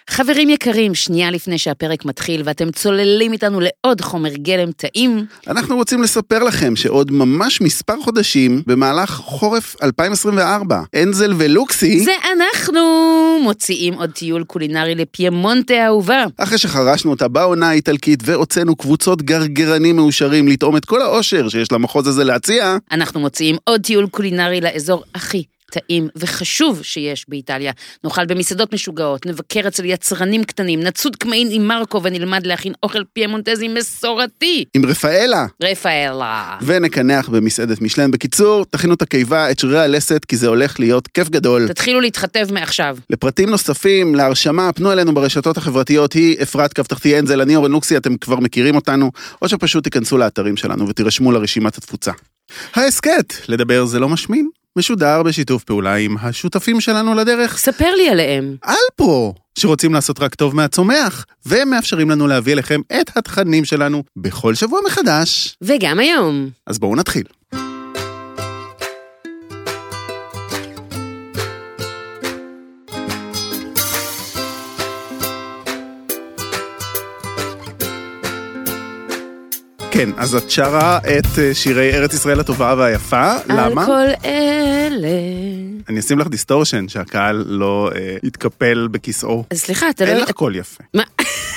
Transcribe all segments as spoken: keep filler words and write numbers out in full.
חברים יקרים, שנייה לפני שהפרק מתחיל ואתם צוללים איתנו לעוד חומר גלם טעים. אנחנו רוצים לספר לכם שעוד ממש מספר חודשים במהלך חורף אלפיים עשרים וארבע, אנזל ולוקסי, זה אנחנו מוציאים עוד טיול קולינרי לפיימונטה האהובה. אחרי שחרשנו אותה בעונה האיטלקית והוצאנו קבוצות גרגרנים מאושרים לטעום את כל האושר שיש למחוז הזה להציע, אנחנו מוציאים עוד טיול קולינרי לאזור הכי טעים וחשוב שיש באיטליה. נאכל במסעדות משוגעות, נבקר אצל יצרנים קטנים, נצוד קמעין עם מרקו ונלמד להכין אוכל פיימונטזי מסורתי. עם רפאלה. רפאלה. ונקנח במסעדת משלן. בקיצור, תכינו את הקיבה, את שרירי הלסת, כי זה הולך להיות כיף גדול. תתחילו להתחתב מעכשיו. לפרטים נוספים, להרשמה, פנו אלינו ברשתות החברתיות, היא אפרת קו תחתי אנזל, אני אורן לוקסי, אתם כבר מכירים אותנו, או שפשוט תיכנסו לאתרים שלנו ותירשמו לרשימת התפוצה. ההסקט, לדבר זה לא משמין. משודר בשיתוף פעולה עם השותפים שלנו לדרך. ספר לי עליהם. אלפרו, שרוצים לעשות רק טוב מהצומח, והם מאפשרים לנו להביא אליכם את התכנים שלנו בכל שבוע מחדש. וגם היום. אז בואו נתחיל. כן, אז את שרה את שירי ארץ ישראל הטובה והיפה, למה? על כל אלה. אני אשים לך דיסטורשן, שהקהל לא אה, יתקפל בכיסאו. סליחה, אתה לא... אין לך קול יפה. מה?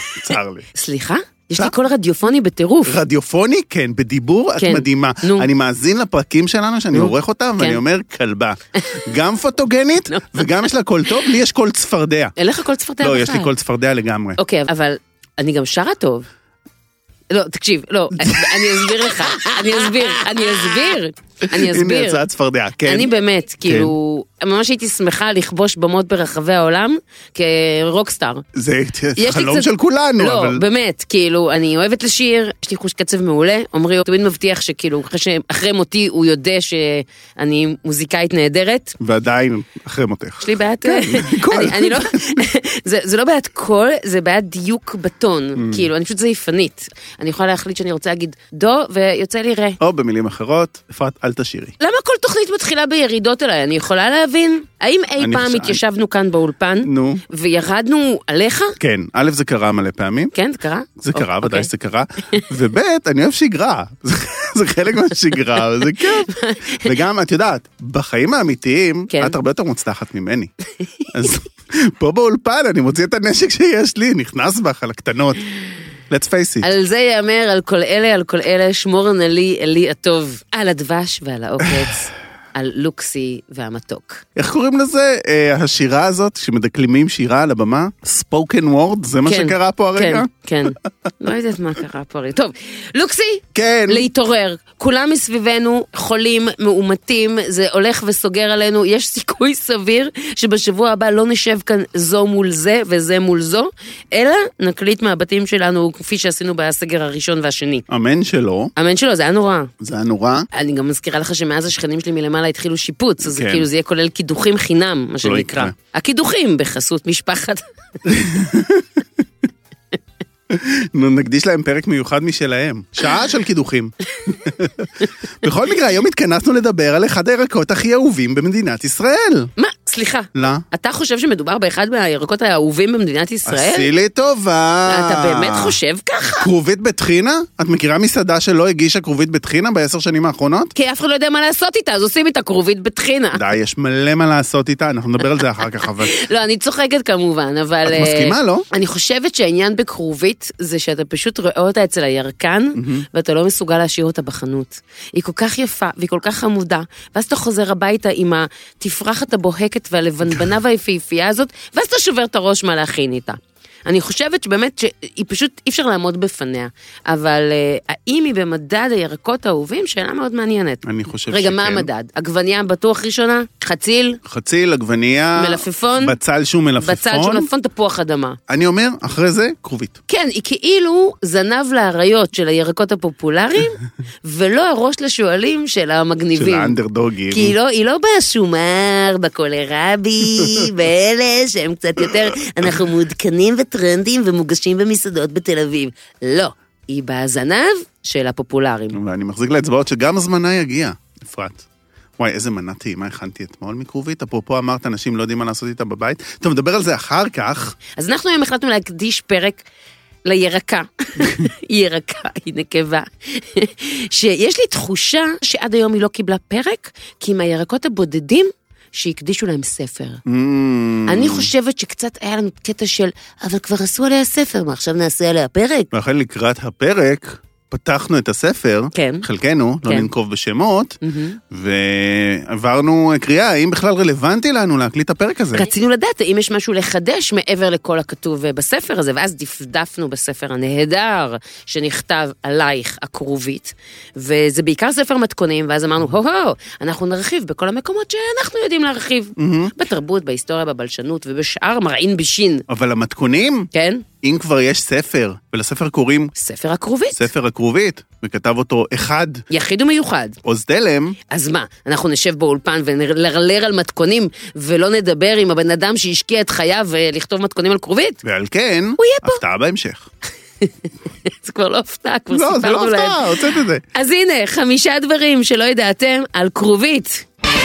צר לי. סליחה? יש לי קול רדיופוני בטירוף. רדיופוני? כן, בדיבור את כן. מדהימה. נו. אני מאזין לפרקים שלנו, שאני עורך אותם, כן. ואני אומר כלבה. גם פוטוגנית, וגם יש לה קול טוב, לי יש קול צפרדע. אין לך קול צפרדע בכלל. לא, יש לי קול צפרדע לגמרי. אוקיי, אבל אני גם שרה טוב. לא, תקשיב, לא, אני אסביר לך, אני אסביר, אני אסביר, אני אסביר. הנה הצעת צפרדע, כן. אני באמת, כאילו, ממש הייתי שמחה לכבוש במות ברחבי העולם כרוקסטאר. זה חלום של כולנו, לא, אבל... באמת, כאילו, אני אוהבת לשיר, יש לי חוש קצב מעולה, עומרי תמיד מבטיח שכאילו, אחרי מותי הוא יודע שאני מוזיקאית נהדרת. ועדיין, אחרי מותך. יש לי בעיית... אני לא... זה לא בעיית קול, זה בעיית דיוק בטון, כאילו, אני פשוט זייפנית. אני יכולה להחליט שאני רוצה להגיד דו, ויוצא לי רה. או במילים אחרות, אפרת, אל תשירי. למה כל תוכנית מתחילה בירידות אליי? אני יכולה להבין? האם אי פעם התיישבנו כאן באולפן, נו. וירדנו עליך? כן, א' זה קרה מלא פעמים. כן, זה קרה? זה קרה, ודאי שזה קרה. וב' אני אוהב שגרה. זה חלק מהשגרה, וזה כיף. וגם, את יודעת, בחיים האמיתיים, את הרבה יותר מוצלחת ממני. אז פה באולפן אני מוציא את הנשק שיש לי, נכנס בך על הקטנות. let's face it. על זה יאמר, על כל אלה, על כל אלה, שמור נא לי, אלי הטוב, על הדבש ועל העוקץ, על לוקסי והמתוק. איך קוראים לזה? השירה הזאת, שמדקלימים שירה על הבמה? spoken word? זה מה שקרה פה הרגע? כן, כן. לא יודעת מה קרה פה הרגע. טוב, לוקסי, כן. להתעורר. כולם מסביבנו חולים, מאומתים, זה הולך וסוגר עלינו, יש סיכוי סביר שבשבוע הבא לא נשב כאן זו מול זה וזה מול זו, אלא נקליט מהבתים שלנו כפי שעשינו בסגר הראשון והשני. אמן שלא. אמן שלא, זה היה נורא. זה היה נורא. אני גם מזכירה לך שמאז השכנים שלי מלמעלה התחילו שיפוץ, אז כאילו זה יהיה כולל קידוחים חינם, מה שנקרא. הקידוחים בחסות משפחת... נו, נקדיש להם פרק מיוחד משלהם. שעה של קידוחים. בכל מקרה, היום התכנסנו לדבר על אחד הירקות הכי אהובים במדינת ישראל. מה? סליחה. לא. אתה חושב שמדובר באחד מהירקות האהובים במדינת ישראל? עשי לי טובה. אתה באמת חושב ככה? כרובית בטחינה? את מכירה מסעדה שלא הגישה כרובית בטחינה בעשר שנים האחרונות? כי אף אחד לא יודע מה לעשות איתה, אז עושים איתה כרובית בטחינה. די, יש מלא מה לעשות איתה, אנחנו נדבר על זה אחר כך, אבל... לא, אני צוחקת כמובן, אבל... את מסכימה, לא? אני חושבת שהעניין בכרובית זה שאתה פשוט רואה אותה אצל הירקן, ואתה לא מסוגל להשאיר אותה בחנות. היא כל כך יפה, והיא כל כך חמודה, ואז אתה חוזר הביתה עם התפרחת הבוהקת והלבנבנה והיפהפייה הזאת, ואז אתה שובר את הראש מה להכין איתה. אני חושבת שבאמת שהיא פשוט אי אפשר לעמוד בפניה, אבל האם היא במדד הירקות האהובים? שאלה מאוד מעניינת. אני חושב רגע, שכן. מה המדד? עגבניה בטוח ראשונה? חציל? חציל, עגבניה. מלפפון? בצל שהוא מלפפון. בצל שהוא מלפפון, תפוח אדמה. אני אומר, אחרי זה, כרובית. כן, היא כאילו זנב לאריות של הירקות הפופולריים, ולא הראש לשואלים של המגניבים. של האנדרדוגים. כי היא לא, היא לא בשומר, בקולרבי, באלה שהם קצת יותר, אנחנו מעודכנים וטרנדים ומוגשים במסעדות בתל אביב. לא, היא בזנב של הפופולריים. ואני מחזיק לאצבעות שגם הזמנה יגיע, אפרת. וואי, איזה מנה טעימה הכנתי אתמול מכרובית. אפרופו אמרת, אנשים לא יודעים מה לעשות איתה בבית. טוב, נדבר על זה אחר כך. אז אנחנו היום החלטנו להקדיש פרק לירקה. היא ירקה, היא נקבה. שיש לי תחושה שעד היום היא לא קיבלה פרק, כי עם הירקות הבודדים שהקדישו להם ספר. אני חושבת שקצת היה לנו קטע של, אבל כבר עשו עליה ספר, מה עכשיו נעשה עליה פרק? ואחרי לקראת הפרק, פתחנו את הספר, כן. חלקנו, כן. לא ננקוב בשמות, mm-hmm. ועברנו קריאה, האם בכלל רלוונטי לנו להקליט את הפרק הזה? רצינו לדעת האם יש משהו לחדש מעבר לכל הכתוב בספר הזה, ואז דפדפנו בספר הנהדר שנכתב עלייך הכרובית, וזה בעיקר ספר מתכונים, ואז אמרנו, הו-הו, אנחנו נרחיב בכל המקומות שאנחנו יודעים להרחיב, mm-hmm. בתרבות, בהיסטוריה, בבלשנות, ובשאר מרעין בישין. אבל המתכונים? כן. אם כבר יש ספר, ולספר קוראים... ספר הכרובית. ספר הכרובית, וכתב אותו אחד. יחיד ומיוחד. עוז תלם. אז מה, אנחנו נשב באולפן ונלרלר על מתכונים, ולא נדבר עם הבן אדם שהשקיע את חייו לכתוב מתכונים על כרובית? ועל כן, הפתעה בהמשך. זה כבר לא הפתעה, כבר לא, סיפרנו להם. לא, זה לא הפתעה, הוצאת את זה. אז הנה, חמישה דברים שלא ידעתם על כרובית.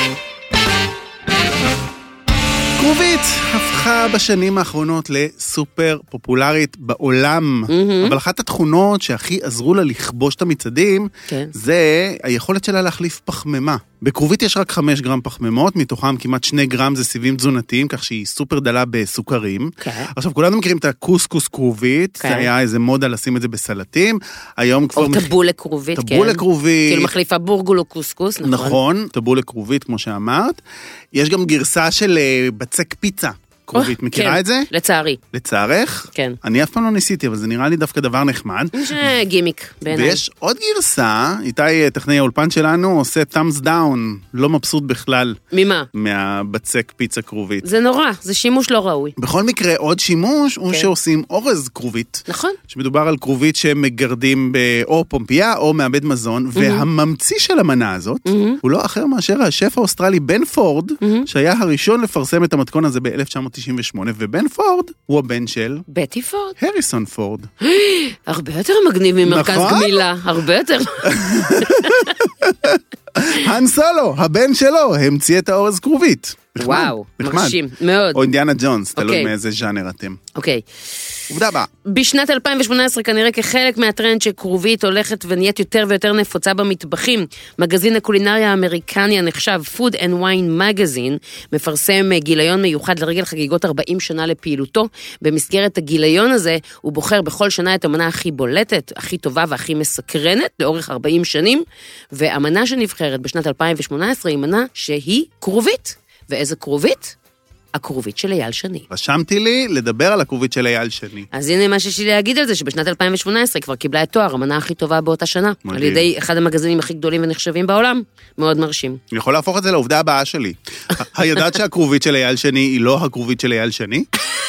כרובית הפכה בשנים האחרונות לסופר פופולרית בעולם, mm-hmm. אבל אחת התכונות שהכי עזרו לה לכבוש את המצעדים, כן. זה היכולת שלה להחליף פחמימה. בכרובית יש רק חמש גרם פחמימות, מתוכם כמעט שני גרם זה סיבים תזונתיים, כך שהיא סופר דלה בסוכרים. כן. עכשיו, כולנו מכירים את הקוסקוס כרובית, כן. זה היה איזה מודה לשים את זה בסלטים, היום כבר... או מח... טבולה כרובית, כן. טבולה כרובית. כאילו מחליפה בורגול או קוסקוס, נכון? נכון, טבולה כרובית, כמו שאמרת. יש גם גרסה של בצק פיצה. כרובית, מכירה את זה? לצערי. לצערך? כן. אני אף פעם לא ניסיתי, אבל זה נראה לי דווקא דבר נחמד. יש גימיק בעיניי. ויש עוד גרסה, איתי טכנאי האולפן שלנו עושה thumbs down, לא מבסוט בכלל. ממה? מהבצק פיצה כרובית. זה נורא, זה שימוש לא ראוי. בכל מקרה, עוד שימוש הוא שעושים אורז כרובית. נכון. שמדובר על כרובית שמגרדים או פומפייה או מעבד מזון, והממציא של המנה הזאת הוא לא אחר מאשר השף האוסטרלי בן פורד, שהיה הראשון לפרסם את המתכון הזה ב-אלף תשע מאות תשעים ושמונה, ובן פורד הוא הבן של... בטי פורד. הריסון פורד. הרבה יותר מגניב ממרכז גמילה, הרבה יותר. האן סולו, הבן שלו, המציא את האורז כרובית. וואו, מרשים, מאוד. או אינדיאנה ג'ונס, תלוי מאיזה ז'אנר אתם. אוקיי. עובדה הבאה. בשנת אלפיים שמונה עשרה כנראה כחלק מהטרנד שכרובית הולכת ונהיית יותר ויותר נפוצה במטבחים, מגזין הקולינריה האמריקני הנחשב Food and Wine Magazine מפרסם גיליון מיוחד לרגל חגיגות ארבעים שנה לפעילותו. במסגרת הגיליון הזה הוא בוחר בכל שנה את המנה הכי בולטת, הכי טובה והכי מסקרנת לאורך ארבעים שנים, והמנה שנבחרת בשנת אלפיים שמונה עשרה היא מנה שהיא כרובית. ואיזה כרובית? הכרובית של אייל שני. רשמתי לי לדבר על הכרובית של אייל שני. אז הנה מה שיש לי להגיד על זה, שבשנת אלפיים שמונה עשרה כבר קיבלה את תואר, המנה הכי טובה באותה שנה, מדהים. על ידי אחד המגזינים הכי גדולים ונחשבים בעולם, מאוד מרשים. אני יכול להפוך את זה לעובדה הבאה שלי. הידעת שהכרובית של אייל שני היא לא הכרובית של אייל שני?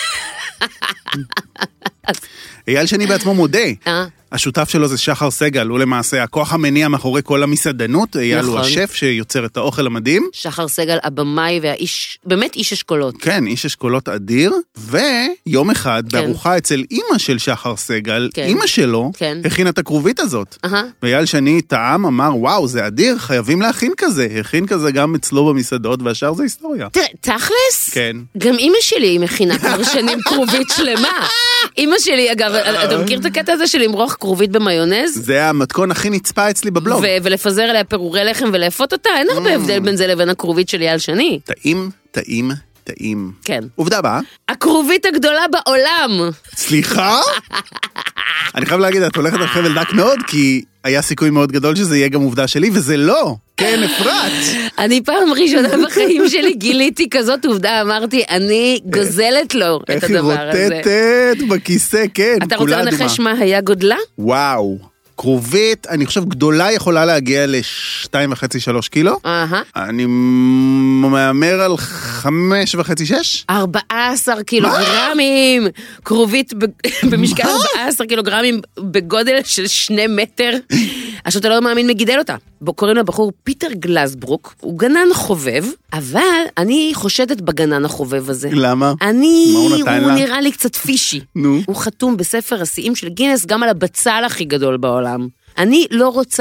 אייל שני בעצמו מודה. אה? השותף שלו זה שחר סגל, הוא למעשה הכוח המניע מאחורי כל המסעדנות, אייל נכון. הוא השף שיוצר את האוכל המדהים. שחר סגל, הבמאי והאיש, באמת איש אשכולות. כן, איש אשכולות אדיר, ויום אחד כן. בארוחה אצל אמא של שחר סגל, כן. אמא שלו כן. הכינה את הכרובית הזאת. Uh-huh. ואייל שני טעם אמר, וואו, זה אדיר, חייבים להכין כזה. הכין כזה גם אצלו במסעדות, והשאר זה היסטוריה. תראה, תכלס? כן. גם אמא שלי מכינה כבר שנים כרובית שלמה. אמא שלי, אגב, אתה מכיר את הקטע הזה של למרוח כרובית במיונז? זה המתכון הכי נצפה אצלי בבלוג. ו- ולפזר עליה פירורי לחם ולאפות אותה, אין הרבה הבדל בין זה לבין הכרובית של אייל שני. טעים, טעים, טעים. כן. עובדה הבאה. הכרובית הגדולה בעולם. סליחה? אני חייב להגיד, את הולכת על חבל דק מאוד, כי היה סיכוי מאוד גדול שזה יהיה גם עובדה שלי, וזה לא. כן, אפרת. אני פעם ראשונה בחיים שלי גיליתי כזאת עובדה, אמרתי, אני גוזלת לו את הדבר הזה. איך היא רוטטת בכיסא, כן, אתה רוצה לנחש מה היה גודלה? וואו. כרובית, אני חושב גדולה יכולה להגיע לשתיים וחצי, שלוש קילו. אהה. אני מאמר על חמש וחצי, שש? ארבעה עשר קילוגרמים. כרובית במשקל ארבעה עשר קילוגרמים בגודל של שני מטר. עכשיו אתה לא מאמין מי גידל אותה. קוראים לבחור פיטר גלסברוק, הוא גנן חובב, אבל אני חושדת בגנן החובב הזה. למה? אני, הוא, הוא נראה לי קצת פישי. נו. הוא חתום בספר השיאים של גינס גם על הבצל הכי גדול בעולם. אני לא רוצה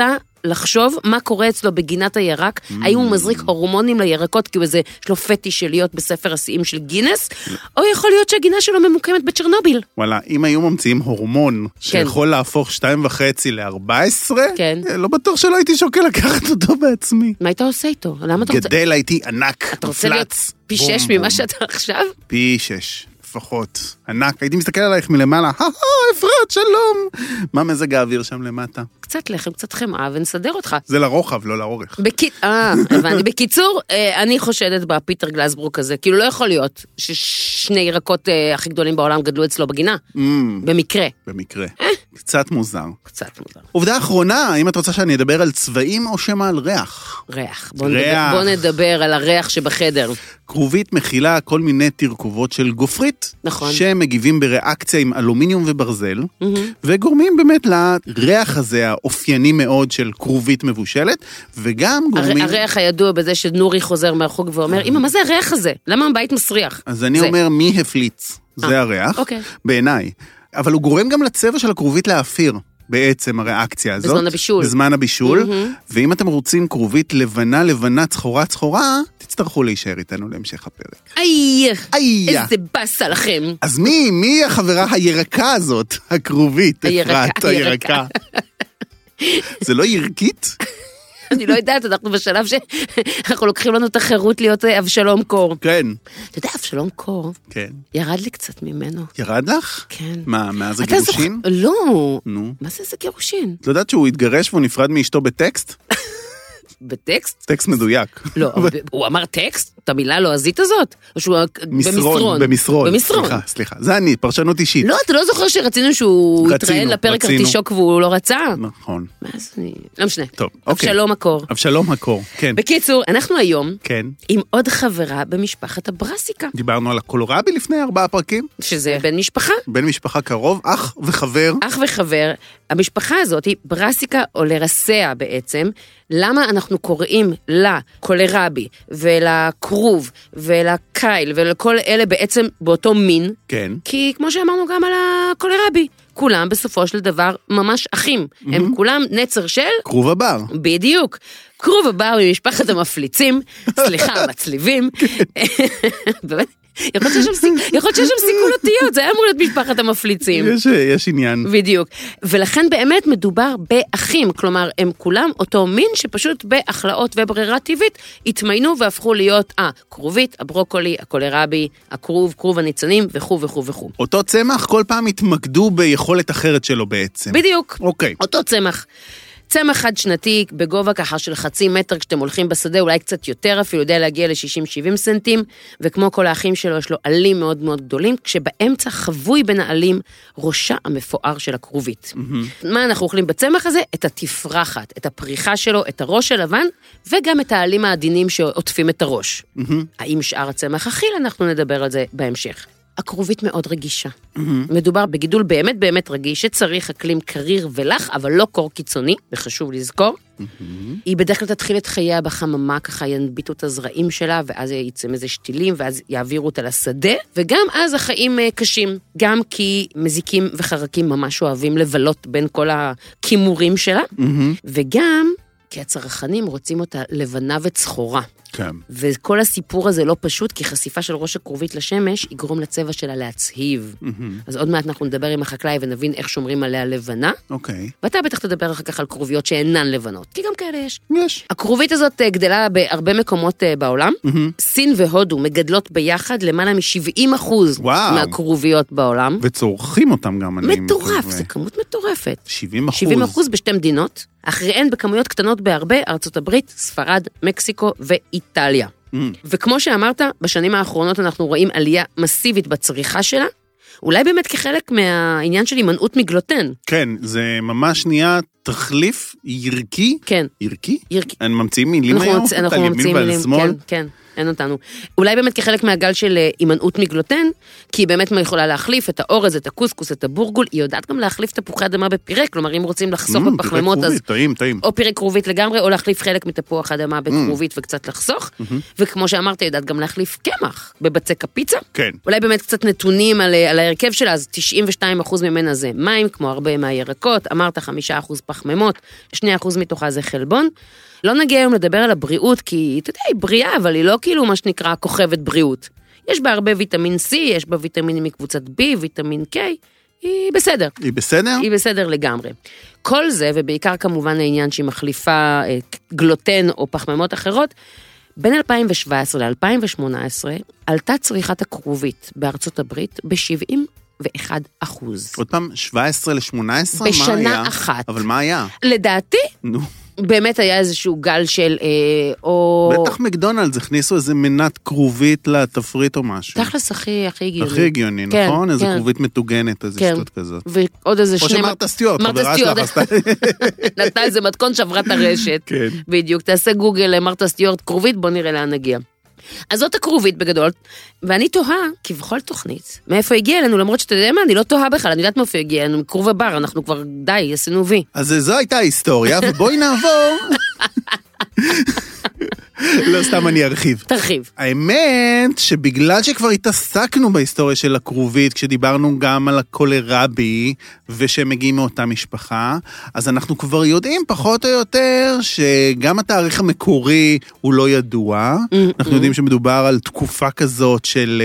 לחשוב מה קורה אצלו בגינת הירק, האם הוא מזריק הורמונים לירקות, כי זה יש לו פטיש של להיות בספר השיאים של גינס, או יכול להיות שהגינה שלו ממוקמת בצ'רנוביל. וואלה, אם היו ממציאים הורמון שיכול להפוך שתיים וחצי לארבע עשרה, לא בטוח שלא הייתי שוקל לקחת אותו בעצמי. מה היית עושה איתו? למה אתה רוצה? גדל הייתי ענק, אתה רוצה להיות פי שש ממה שאתה עכשיו? פי שש. לפחות, ענק, הייתי מסתכל עלייך מלמעלה, אפרת, שלום. מה מזג האוויר שם למטה? קצת לחם, קצת חמאה, ונסדר אותך. זה לרוחב, לא לאורך. אה, הבנתי. בקיצור, אני חושדת בפיטר גלסברוק הזה, כאילו לא יכול להיות ששני ירקות הכי גדולים בעולם גדלו אצלו בגינה. במקרה. במקרה. קצת מוזר. קצת מוזר. עובדה אחרונה, האם את רוצה שאני אדבר על צבעים או שמה על ריח? ריח. בוא נדבר על הריח שבחדר. כרובית מכילה כל מיני תרכובות של גופרית, נכון. שמגיבים בריאקציה עם אלומיניום וברזל, mm-hmm. וגורמים באמת לריח הזה האופייני מאוד של כרובית מבושלת, וגם גורמים... הריח הידוע בזה שנורי חוזר מהחוג ואומר, אמא, מה זה הריח הזה? למה הבית מסריח? אז אני זה. אומר, מי הפליץ? זה הריח, אוקיי. בעיניי. אבל הוא גורם גם לצבע של הכרובית להאפיר. בעצם הריאקציה הזאת. בזמן הבישול. בזמן הבישול, mm-hmm. ואם אתם רוצים כרובית לבנה, לבנה, צחורה, צחורה, תצטרכו להישאר איתנו להמשך הפרק. איי, איי. איזה בסה לכם. אז מי, מי החברה הירקה הזאת? הכרובית, הירקה, אפרת, הירקה. זה לא ירקית? אני לא יודעת, אנחנו בשלב שאנחנו לוקחים לנו את החירות להיות אבשלום קור. כן. אתה יודע, אבשלום קור, כן. ירד לי קצת ממנו. ירד לך? כן. מה, מאז הגירושין? לא. נו. מה זה זה גירושין? את יודעת שהוא התגרש והוא נפרד מאשתו בטקסט? בטקסט? טקסט מדויק. לא, הוא אמר טקסט? את המילה הלועזית הזאת? או שהוא במסרון? במסרון. במסרון. סליחה, סליחה. זה אני, פרשנות אישית. לא, אתה לא זוכר שרצינו שהוא יתראיין לפרק ארטישוק והוא לא רצה? נכון. מה זה אני... לא משנה. טוב, אוקיי. אבשלום הקור. אבשלום הקור, כן. בקיצור, אנחנו היום כן. עם עוד חברה במשפחת הברסיקה. דיברנו על הקולורבי לפני ארבעה פרקים. שזה בן משפחה. בן משפחה קרוב, אח וחבר. אח וחבר. המשפחה הזאת היא ברסיקה או לרסיה בעצם. למה אנחנו קוראים לקולרבי ולקרוב ולקייל ולכל אלה בעצם באותו מין? כן. כי כמו שאמרנו גם על הקולרבי, כולם בסופו של דבר ממש אחים. Mm-hmm. הם כולם נצר של... קרוב הבר. בדיוק. קרוב הבר ממשפחת המפליצים, סליחה, המצליבים. באמת. יכול להיות שיש שם סיכול אותיות, זה היה אמור להיות משפחת המפליצים. יש, יש עניין. בדיוק. ולכן באמת מדובר באחים, כלומר, הם כולם אותו מין שפשוט בהחלאות וברירה טבעית התמיינו והפכו להיות הכרובית, הברוקולי, הקולרבי, הכרוב, כרוב הניצנים וכו' וכו' וכו'. אותו צמח כל פעם התמקדו ביכולת אחרת שלו בעצם. בדיוק. אוקיי. אותו צמח. צמח חד שנתי בגובה ככה של חצי מטר, כשאתם הולכים בשדה, אולי קצת יותר, אפילו יודע להגיע ל-שישים שבעים סנטים, וכמו כל האחים שלו, יש לו עלים מאוד מאוד גדולים, כשבאמצע חבוי בין העלים ראשה המפואר של הכרובית. Mm-hmm. מה אנחנו אוכלים בצמח הזה? את התפרחת, את הפריחה שלו, את הראש הלבן, וגם את העלים העדינים שעוטפים את הראש. Mm-hmm. האם שאר הצמח אכיל? אנחנו נדבר על זה בהמשך. הכרובית מאוד רגישה. Mm-hmm. מדובר בגידול באמת באמת רגיש, שצריך אקלים קריר ולח, אבל לא קור קיצוני, וחשוב לזכור. Mm-hmm. היא בדרך כלל תתחיל את חייה בחממה, ככה ינביטו את הזרעים שלה, ואז יצא מזה שתילים, ואז יעבירו אותה לשדה, וגם אז החיים קשים, גם כי מזיקים וחרקים ממש אוהבים לבלות בין כל הכימורים שלה, mm-hmm. וגם כי הצרכנים רוצים אותה לבנה וצחורה. כן. וכל הסיפור הזה לא פשוט, כי חשיפה של ראש הכרובית לשמש יגרום לצבע שלה להצהיב. Mm-hmm. אז עוד מעט אנחנו נדבר עם החקלאי ונבין איך שומרים עליה לבנה. אוקיי. Okay. ואתה בטח תדבר אחר כך על כרוביות שאינן לבנות, כי גם כאלה יש. יש. הכרובית הזאת גדלה בהרבה מקומות בעולם. Mm-hmm. סין והודו מגדלות ביחד למעלה מ-שבעים אחוז מהכרוביות בעולם. וצורכים אותם גם. מטורף, זה כמות מטורפת. שבעים אחוז. שבעים אחוז בשתי מדינות. אחריהן בכמויות קטנות בהרבה, ארצות הברית, ספרד, מקסיקו ואיטליה. Mm. וכמו שאמרת, בשנים האחרונות אנחנו רואים עלייה מסיבית בצריכה שלה, אולי באמת כחלק מהעניין של הימנעות מגלוטן. כן, זה ממש נהיה תחליף ירקי. כן. ירקי? ירקי. הם ממציאים מילים היום? אנחנו ממציאים מילים, כן, כן. אין אותנו. אולי באמת כחלק מהגל של הימנעות מגלוטן, כי היא באמת יכולה להחליף את האורז, את הקוסקוס, את הבורגול, היא יודעת גם להחליף תפוחי אדמה בפירה, כלומר אם רוצים לחסוך בפחמימות, אז טעים, טעים. או פירה כרובית לגמרי, או להחליף חלק מתפוח אדמה בכרובית וקצת לחסוך, וכמו שאמרת, יודעת גם להחליף קמח בבצק הפיצה. כן. אולי באמת קצת נתונים על, על ההרכב שלה, אז תשעים ושתיים אחוז ממנה זה מים, כמו הרבה מהירקות, אמרת חמישה אחוז פחמימות, שני אחוז מתוכה זה חלבון. לא נגיע היום לדבר על הבריאות, כי אתה יודע, היא בריאה, אבל היא לא כאילו מה שנקרא כוכבת בריאות. יש בה הרבה ויטמין C, יש בה ויטמינים מקבוצת B, ויטמין K, היא בסדר. היא בסדר? היא בסדר לגמרי. כל זה, ובעיקר כמובן העניין שהיא מחליפה גלוטן או פחמימות אחרות, בין אלפיים שבע עשרה ל-אלפיים שמונה עשרה עלתה צריכת הכרובית בארצות הברית ב-שבעים ואחד אחוז. עוד פעם, שבע עשרה ל-שמונה עשרה? בשנה מה היה? אחת. אבל מה היה? לדעתי, נו. באמת היה איזשהו גל של, אה, או... בטח מקדונלדס, הכניסו איזה מנת כרובית לתפריט או משהו. תכלס הכי, הכי הגיוני. הכי הגיוני, כן, נכון? כן. איזה כרובית מטוגנת, איזה כן. שטות כזאת. ועוד איזה או שני... שמרתה סטיוארט, חברה שלך עשתה. נתנה איזה מתכון שברת הרשת. כן. בדיוק, תעשה גוגל למרתה סטיוארט כרובית, בוא נראה לאן נגיע. אז זאת הכרובית בגדול, ואני תוהה, כבכל תוכנית, מאיפה הגיע אלינו, למרות שאתה יודע מה, אני לא תוהה בכלל, אני יודעת מאיפה הגיע אלינו, מכרוב הבר, אנחנו כבר די, עשינו וי. אז זו הייתה ההיסטוריה, ובואי נעבור. לא סתם אני ארחיב. תרחיב. האמת שבגלל שכבר התעסקנו בהיסטוריה של הכרובית, כשדיברנו גם על הקולרבי, ושהם מגיעים מאותה משפחה, אז אנחנו כבר יודעים פחות או יותר שגם התאריך המקורי הוא לא ידוע. אנחנו יודעים שמדובר על תקופה כזאת של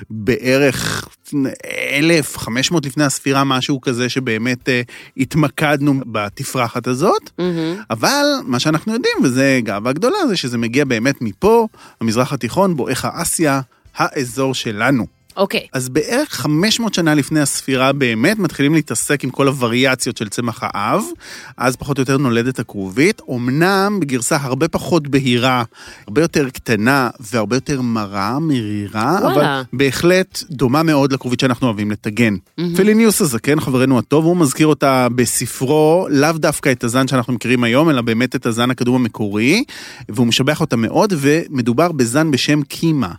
בערך אלף וחמש מאות לפני הספירה, משהו כזה שבאמת התמקדנו בתפרחת הזאת. אבל מה שאנחנו יודעים, וזה גאווה גדולה, זה שזה מגיע באמת מפה, המזרח התיכון, בואכה אסיה, האזור שלנו. אוקיי. אז בערך חמש מאות שנה לפני הספירה באמת מתחילים להתעסק עם כל הווריאציות של צמח האב, אז פחות או יותר נולדת הכרובית, אמנם בגרסה הרבה פחות בהירה, הרבה יותר קטנה והרבה יותר מרה, מרירה, וואלה. אבל בהחלט דומה מאוד לכרובית שאנחנו אוהבים לטגן. Mm-hmm. פליניוס הזקן, חברנו הטוב, הוא מזכיר אותה בספרו, לאו דווקא את הזן שאנחנו מכירים היום, אלא באמת את הזן הקדום המקורי, והוא משבח אותה מאוד, ומדובר בזן בשם קימה,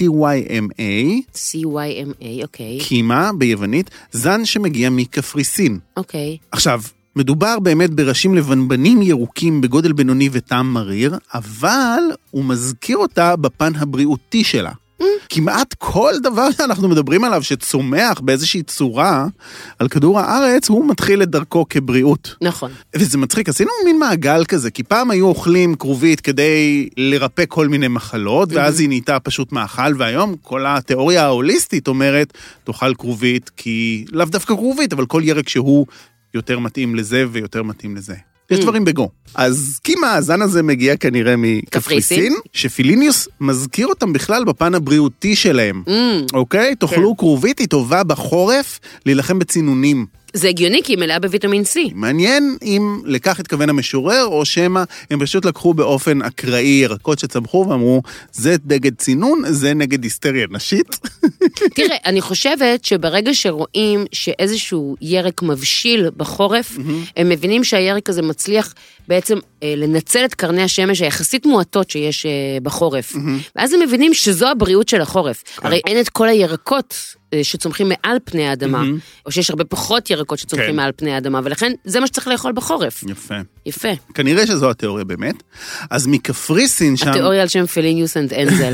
C-Y-M-A, C-Y-M-A, אוקיי. קימה ביוונית, זן שמגיע מקפריסין. אוקיי. עכשיו, מדובר באמת בראשים לבנבנים ירוקים בגודל בינוני וטעם מריר, אבל הוא מזכיר אותה בפן הבריאותי שלה. כמעט כל דבר שאנחנו מדברים עליו שצומח באיזושהי צורה על כדור הארץ, הוא מתחיל את דרכו כבריאות. נכון. וזה מצחיק, עשינו מין מעגל כזה, כי פעם היו אוכלים כרובית כדי לרפא כל מיני מחלות, ואז היא נהייתה פשוט מאכל, והיום כל התיאוריה ההוליסטית אומרת, תאכל כרובית, כי לאו דווקא כרובית, אבל כל ירק שהוא יותר מתאים לזה ויותר מתאים לזה. יש דברים בגו. אז קימה, הזן הזה מגיע כנראה מקפריסין, שפיליניוס מזכיר אותם בכלל בפן הבריאותי שלהם. אוקיי? תאכלו כרובית, היא טובה בחורף להילחם בצינונים. זה הגיוני כי היא מלאה בוויטמין C. מעניין אם לכך התכוון המשורר, או שמה הם פשוט לקחו באופן אקראי ירקות שצמחו ואמרו, זה נגד צינון, זה נגד היסטריה נשית. תראה, אני חושבת שברגע שרואים שאיזשהו ירק מבשיל בחורף, הם מבינים שהירק הזה מצליח בעצם לנצל את קרני השמש היחסית מועטות שיש בחורף. ואז הם מבינים שזו הבריאות של החורף. הרי אין את כל הירקות שצומחים מעל פני האדמה, או שיש הרבה פחות ירקות שצומחים מעל פני האדמה, ולכן זה מה שצריך לאכול בחורף. יפה. יפה. כנראה שזו התיאוריה באמת. אז מקפריסין שם... התיאוריה על שם פליניוס אנד אנזל.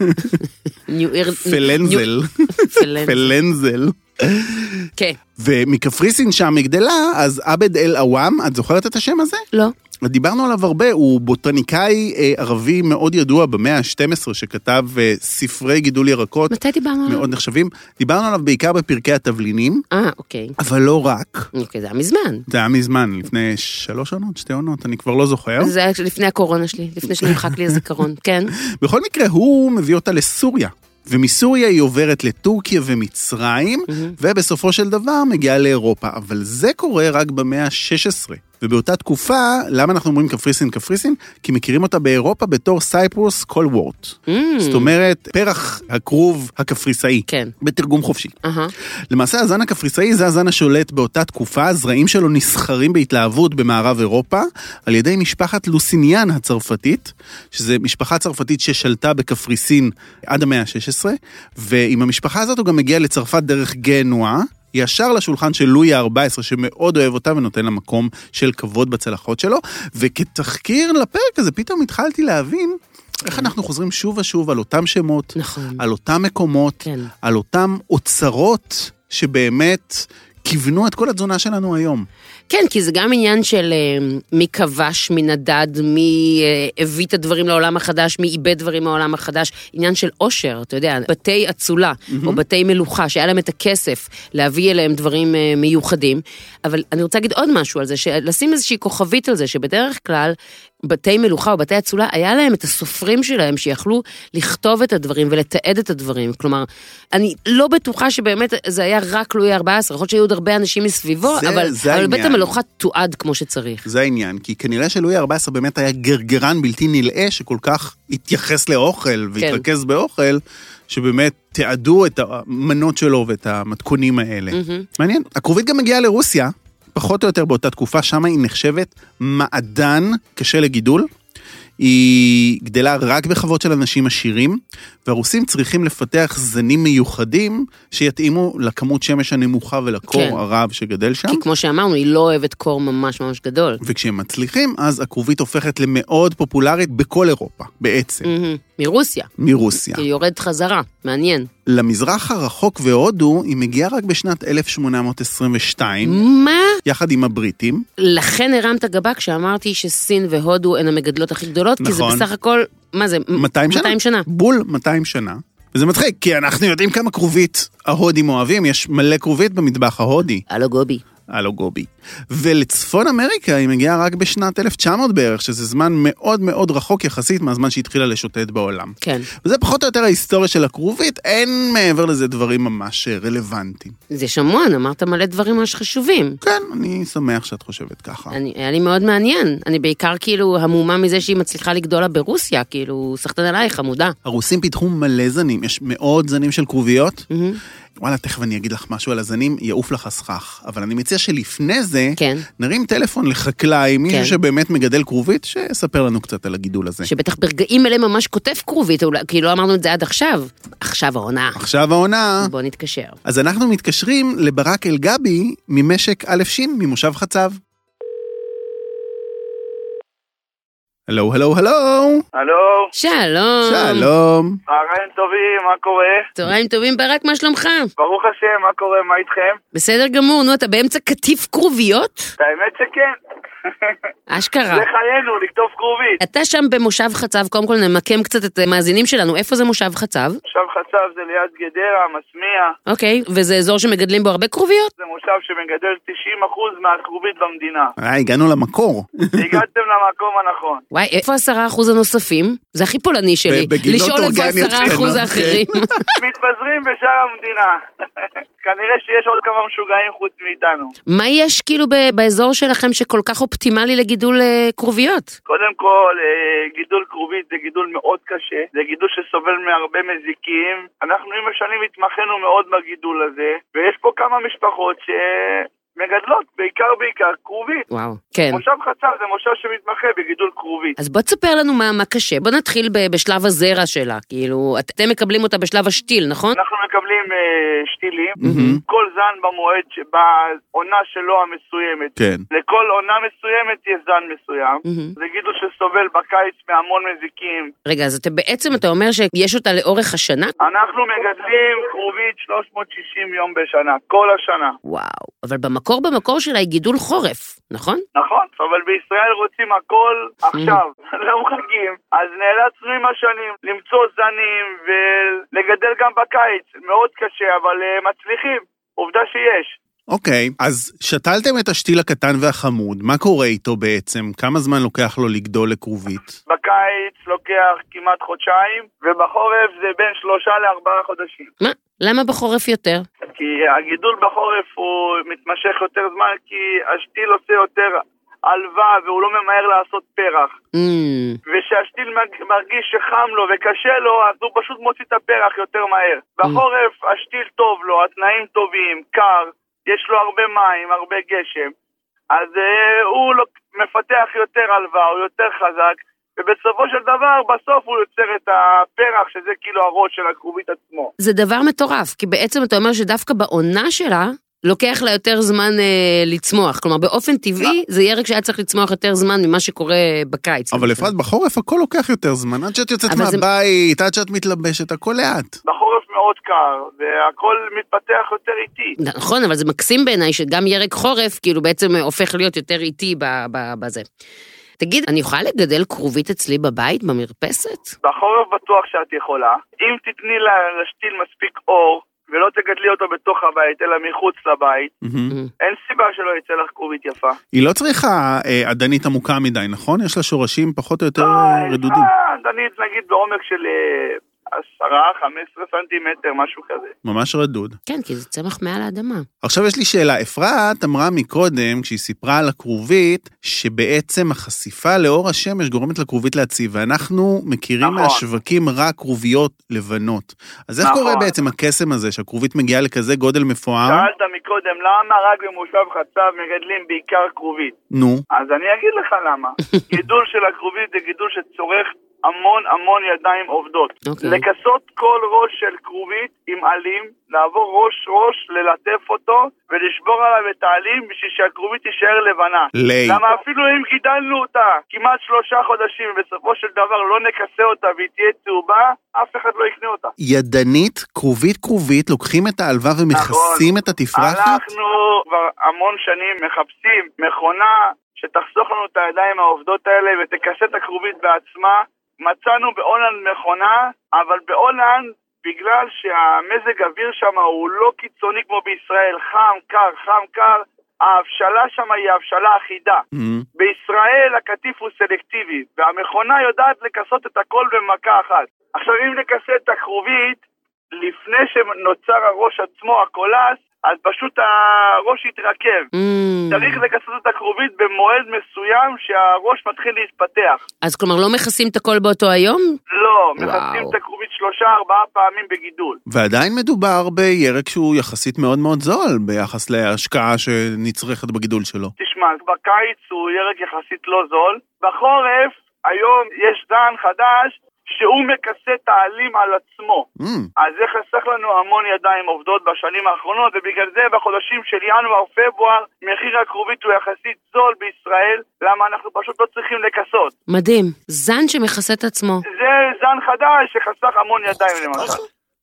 פלנזל. פלנזל. כן. ומקפריסין שם מגדלה, אז עבד אל עוואם, את זוכרת את השם הזה? לא. דיברנו עליו הרבה, הוא בוטניקאי ערבי מאוד ידוע במאה ה-שתים עשרה, שכתב ספרי גידול ירקות. מתי דיברנו עליו? מאוד נחשבים. דיברנו עליו בעיקר בפרקי התבלינים. אה, אוקיי. אבל לא רק. אוקיי, זה היה מזמן. זה היה מזמן, לפני שלוש עונות, שתי עונות, אני כבר לא זוכר. זה היה לפני הקורונה שלי, לפני שנמחק לי הזיכרון, כן. בכל מקרה, הוא מביא אותה לסוריה. ומסוריה היא עוברת לטורקיה ומצרים, ובסופו של דבר מגיעה לאירופה. אבל זה קורה רק במאה ה-שש עשרה. ובאותה תקופה, למה אנחנו אומרים קפריסין קפריסין? כי מכירים אותה באירופה בתור סייפרוס קולוורט. Mm. זאת אומרת, פרח הכרוב הקפריסאי. כן. בתרגום חופשי. Uh-huh. למעשה, הזן הקפריסאי זה הזן השולט באותה תקופה, הזרעים שלו נסחרים בהתלהבות במערב אירופה, על ידי משפחת לוסיניאן הצרפתית, שזה משפחה צרפתית ששלטה בקפריסין עד המאה ה-שש עשרה, ועם המשפחה הזאת הוא גם מגיע לצרפת דרך גנואה, ישר לשולחן של לואי ה-ארבע עשרה, שמאוד אוהב אותה ונותן לה מקום של כבוד בצלחות שלו, וכתחקיר לפרק הזה, פתאום התחלתי להבין איך אנחנו חוזרים שוב ושוב על אותם שמות, נכון. על אותם מקומות, כן. על אותם אוצרות שבאמת כיוונו את כל התזונה שלנו היום. כן, כי זה גם עניין של מי כבש, מי נדד, מי הביא את הדברים לעולם החדש, מי איבד דברים לעולם החדש, עניין של עושר, אתה יודע, בתי אצולה, mm-hmm. או בתי מלוכה, שהיה להם את הכסף להביא אליהם דברים מיוחדים, אבל אני רוצה להגיד עוד משהו על זה, לשים איזושהי כוכבית על זה, שבדרך כלל בתי מלוכה או בתי אצולה, היה להם את הסופרים שלהם שיכלו לכתוב את הדברים ולתעד את הדברים. כלומר, אני לא בטוחה שבאמת זה היה רק לואי ה-ארבע עשרה, יכול להיות שהיו עוד הרבה אנשים מסביבו, זה, אבל, זה אבל בית המלוכה תועד כמו שצריך. זה העניין, כי כנראה שלואי ה-ארבע עשרה באמת היה גרגרן בלתי נלאה, שכל כך התייחס לאוכל והתרכז כן. באוכל, שבאמת תעדו את המנות שלו ואת המתכונים האלה. Mm-hmm. מעניין. הכרובית גם מגיעה לרוסיה, פחות או יותר באותה תקופה, שם היא נחשבת מעדן קשה לגידול, היא גדלה רק בחוות של אנשים עשירים, והרוסים צריכים לפתח זנים מיוחדים שיתאימו לכמות שמש הנמוכה ולקור כן. הרב שגדל שם. כי כמו שאמרנו, היא לא אוהבת קור ממש ממש גדול. וכשהם מצליחים, אז הכרובית הופכת למאוד פופולרית בכל אירופה, בעצם. Mm-hmm. מרוסיה. מרוסיה. כי היא יורדת חזרה, מעניין. למזרח הרחוק והודו, היא מגיעה רק בשנת אלף שמונה מאות עשרים ושתיים. מה? יחד עם הבריטים. לכן הרמת גבה כשאמרתי שסין והודו הן המגדלות הכי גדולות, נכון. כי זה בסך הכל, מה זה? מאתיים שנה? מאתיים שנה. בול מאתיים שנה. וזה מצחיק, כי אנחנו יודעים כמה כרובית ההודים אוהבים, יש מלא כרובית במטבח ההודי. הלו גובי. הלו גובי. ולצפון אמריקה היא מגיעה רק בשנת אלף תשע מאות בערך, שזה זמן מאוד מאוד רחוק יחסית מהזמן שהתחילה לשוטט בעולם. כן. וזה פחות או יותר ההיסטוריה של הכרובית, אין מעבר לזה דברים ממש רלוונטיים. זה שמון, אמרת מלא דברים ממש חשובים. כן, אני שמח שאת חושבת ככה. אני, היה לי מאוד מעניין. אני בעיקר כאילו המומה מזה שהיא מצליחה לגדולה ברוסיה, כאילו סחטן עליי, חמודה. הרוסים פיתחו מלא זנים, יש מאות זנים של כרוביות. Mm-hmm. וואלה, תכף אני אגיד לך משהו על הזנים, יעוף לך הסכך. אבל אני מציע שלפני זה, כן. נרים טלפון לחקלאי, מישהו כן. שבאמת מגדל כרובית, שיספר לנו קצת על הגידול הזה. שבטח ברגעים אלה ממש כותב כרובית, כי לא אמרנו את זה עד עכשיו. עכשיו העונה. עכשיו העונה. בוא נתקשר. אז אנחנו מתקשרים לברק אלגבי, ממשק א' שין, ממושב חצב. הלו, הלו, הלו. הלו. שלום. שלום. צהריים טובים, מה קורה? צהריים טובים, ברק, מה שלומך? ברוך השם, מה קורה, מה איתכם? בסדר גמור, נו, אתה באמצע כתיף כרוביות? האמת שכן. אשכרה. זה חיינו, לכתוב כרובית. אתה שם במושב חצב, קודם כל נמקם קצת את המאזינים שלנו, איפה זה מושב חצב? מושב חצב זה ליד גדרה, מסמיע. אוקיי, וזה אזור שמגדלים בו הרבה כרוביות? זה מושב שמגדל תשעים אחוז מהכרובית במדינה. אה, הגענו למקור. הגעתם למקום הנכון. וואי, איפה עשרה אחוז הנוספים? זה הכי פולני שלי. לשאול איפה עשרה אחוז האחרים. מתפזרים בשאר המדינה. כנראה שיש עוד כמה משוגעים חוץ מאיתנו. מה יש כאילו באזור שלכם שכל כך אופטימלי לגידול כרוביות? קודם כל, גידול כרובית זה גידול מאוד קשה. זה גידול שסובל מהרבה מזיקים. אנחנו עם השנים התמחנו מאוד בגידול הזה, ויש פה כמה משפחות ש... מגדלות, בעיקר בעיקר, כרובית. וואו, כן. מושב חצב זה מושב שמתמחה בגידול כרובית. אז בוא תספר לנו מה, מה קשה. בוא נתחיל ב- בשלב הזרע שלה. כאילו, אתם מקבלים אותה בשלב השתיל, נכון? אנחנו מקבלים אה, שתילים. Mm-hmm. כל זן במועד, בעונה שלו המסוימת. כן. לכל עונה מסוימת יש זן מסוים. Mm-hmm. זה גידול שסובל בקיץ מהמון מזיקים. רגע, אז אתה, בעצם אתה אומר שיש אותה לאורך השנה? אנחנו מגדלים כרובית שלוש מאות ושישים יום בשנה, כל השנה. וואו, אבל במקור המקור במקור שלה היא גידול חורף, נכון? נכון, אבל בישראל רוצים הכל עכשיו, לא מחכים, אז נאלצנו עם השנים למצוא זנים ולגדל גם בקיץ, מאוד קשה, אבל מצליחים, עובדה שיש. אוקיי, אז שתלתם את השתיל הקטן והחמוד, מה קורה איתו בעצם? כמה זמן לוקח לו לגדול לכרובית? בקיץ לוקח כמעט חודשיים, ובחורף זה בין שלושה לארבעה חודשים. מה? למה בחורף יותר? כי הגידול בחורף הוא מתמשך יותר זמן, כי השתיל עושה יותר הלוואה והוא לא ממהר לעשות פרח. Mm. ושהשתיל מרגיש שחם לו וקשה לו, אז הוא פשוט מוציא את הפרח יותר מהר. Mm. בחורף השתיל טוב לו, התנאים טובים, קר, יש לו הרבה מים, הרבה גשם. אז uh, הוא לא, מפתח יותר הלוואה, הוא יותר חזק, ובסופו של דבר בסוף הוא יוצר את הפרח, שזה כאילו הראש של הכרובית עצמו. זה דבר מטורף, כי בעצם אתה אומר שדווקא בעונה שלה, לוקח לה יותר זמן אה, לצמוח, כלומר באופן טבעי זה ירק שהיה צריך לצמוח יותר זמן ממה שקורה בקיץ. אבל לפעד בחורף הכל לוקח יותר זמן, עד שאת יוצאת מהבית, זה... עד שאת מתלבשת, הכל לאט. בחורף מאוד קר, והכל מתפתח יותר איטי. נכון, אבל זה מקסים בעיניי שגם ירק חורף כאילו בעצם הופך להיות יותר איטי בזה. תגיד, אני יכולה לגדל כרובית אצלי בבית, במרפסת? בחורף בטוח שאת יכולה. אם תתני לה לשתיל מספיק אור, ולא תגדלי אותו בתוך הבית, אלא מחוץ לבית, אין סיבה שלא יצא לך כרובית יפה. היא לא צריכה עדנית עמוקה מדי, נכון? יש לה שורשים פחות או יותר רדודים. עדנית נגיד בעומק של עשרה, חמש עשרה סנטימטר, משהו כזה. ממש רדוד. כן, כי זה צמח מעל האדמה. עכשיו יש לי שאלה, אפרת אמרה מקודם, כשהיא סיפרה על הכרובית, שבעצם החשיפה לאור השמש גורמת לכרובית להציב, ואנחנו מכירים נכון. מהשווקים רק כרוביות לבנות. אז איך נכון. קורה בעצם הקסם הזה, שהכרובית מגיעה לכזה גודל מפואר? שאלת מקודם, למה רק במושב חצב מגדלים בעיקר כרובית? נו. אז אני אגיד לך למה. גידול של הכרובית זה גידול שצורך המון המון ידיים עובדות. Okay. לקסות כל ראש של כרובית עם עלים, לעבור ראש ראש, ללטף אותו ולשבור עליו את העלים בשביל שהכרובית תישאר לבנה. לי. למה אפילו אם גידלנו אותה כמעט שלושה חודשים ובסופו של דבר לא נכסה אותה והיא תהיה צהובה, אף אחד לא יקנה אותה. ידנית, כרובית כרובית, לוקחים את העלווה ומכסים נכון. את התפרחת? אנחנו כבר המון שנים מחפשים מכונה שתחסוך לנו את הידיים העובדות האלה ותכסה את הכרובית בעצמה. מצאנו בהולנד מכונה, אבל בהולנד, בגלל שהמזג אוויר שם הוא לא קיצוני כמו בישראל, חם, קר, חם, קר, ההבשלה שם היא ההבשלה אחידה. Mm-hmm. בישראל הקטיף הוא סלקטיבי, והמכונה יודעת לקסות את הכל במכה אחת. עכשיו אם לקסה את הכרובית, לפני שנוצר הראש עצמו, הקולס, אז פשוט הראש יתרכב. Mm. צריך לקסות את הכרובית במועד מסוים שהראש מתחיל להתפתח. אז כלומר לא מכסים את הכל באותו היום? לא, מכסים את הכרובית שלושה ארבעה פעמים בגידול. ועדיין מדובר בירק שהוא יחסית מאוד מאוד זול ביחס להשקעה שנצרכת בגידול שלו. תשמע, בקיץ הוא ירק יחסית לא זול. בחורף היום יש זן חדש שהוא מקסה את העלים על עצמו. Mm. אז זה חסך לנו המון ידיים עובדות בשנים האחרונות, ובגלל זה בחודשים של ינואר, פברואר, מחיר הכרובית הוא יחסית זול בישראל, למה אנחנו פשוט לא צריכים לקסות. מדהים, זן שמכסה את עצמו. זה זן חדש שחסך המון ידיים למשל.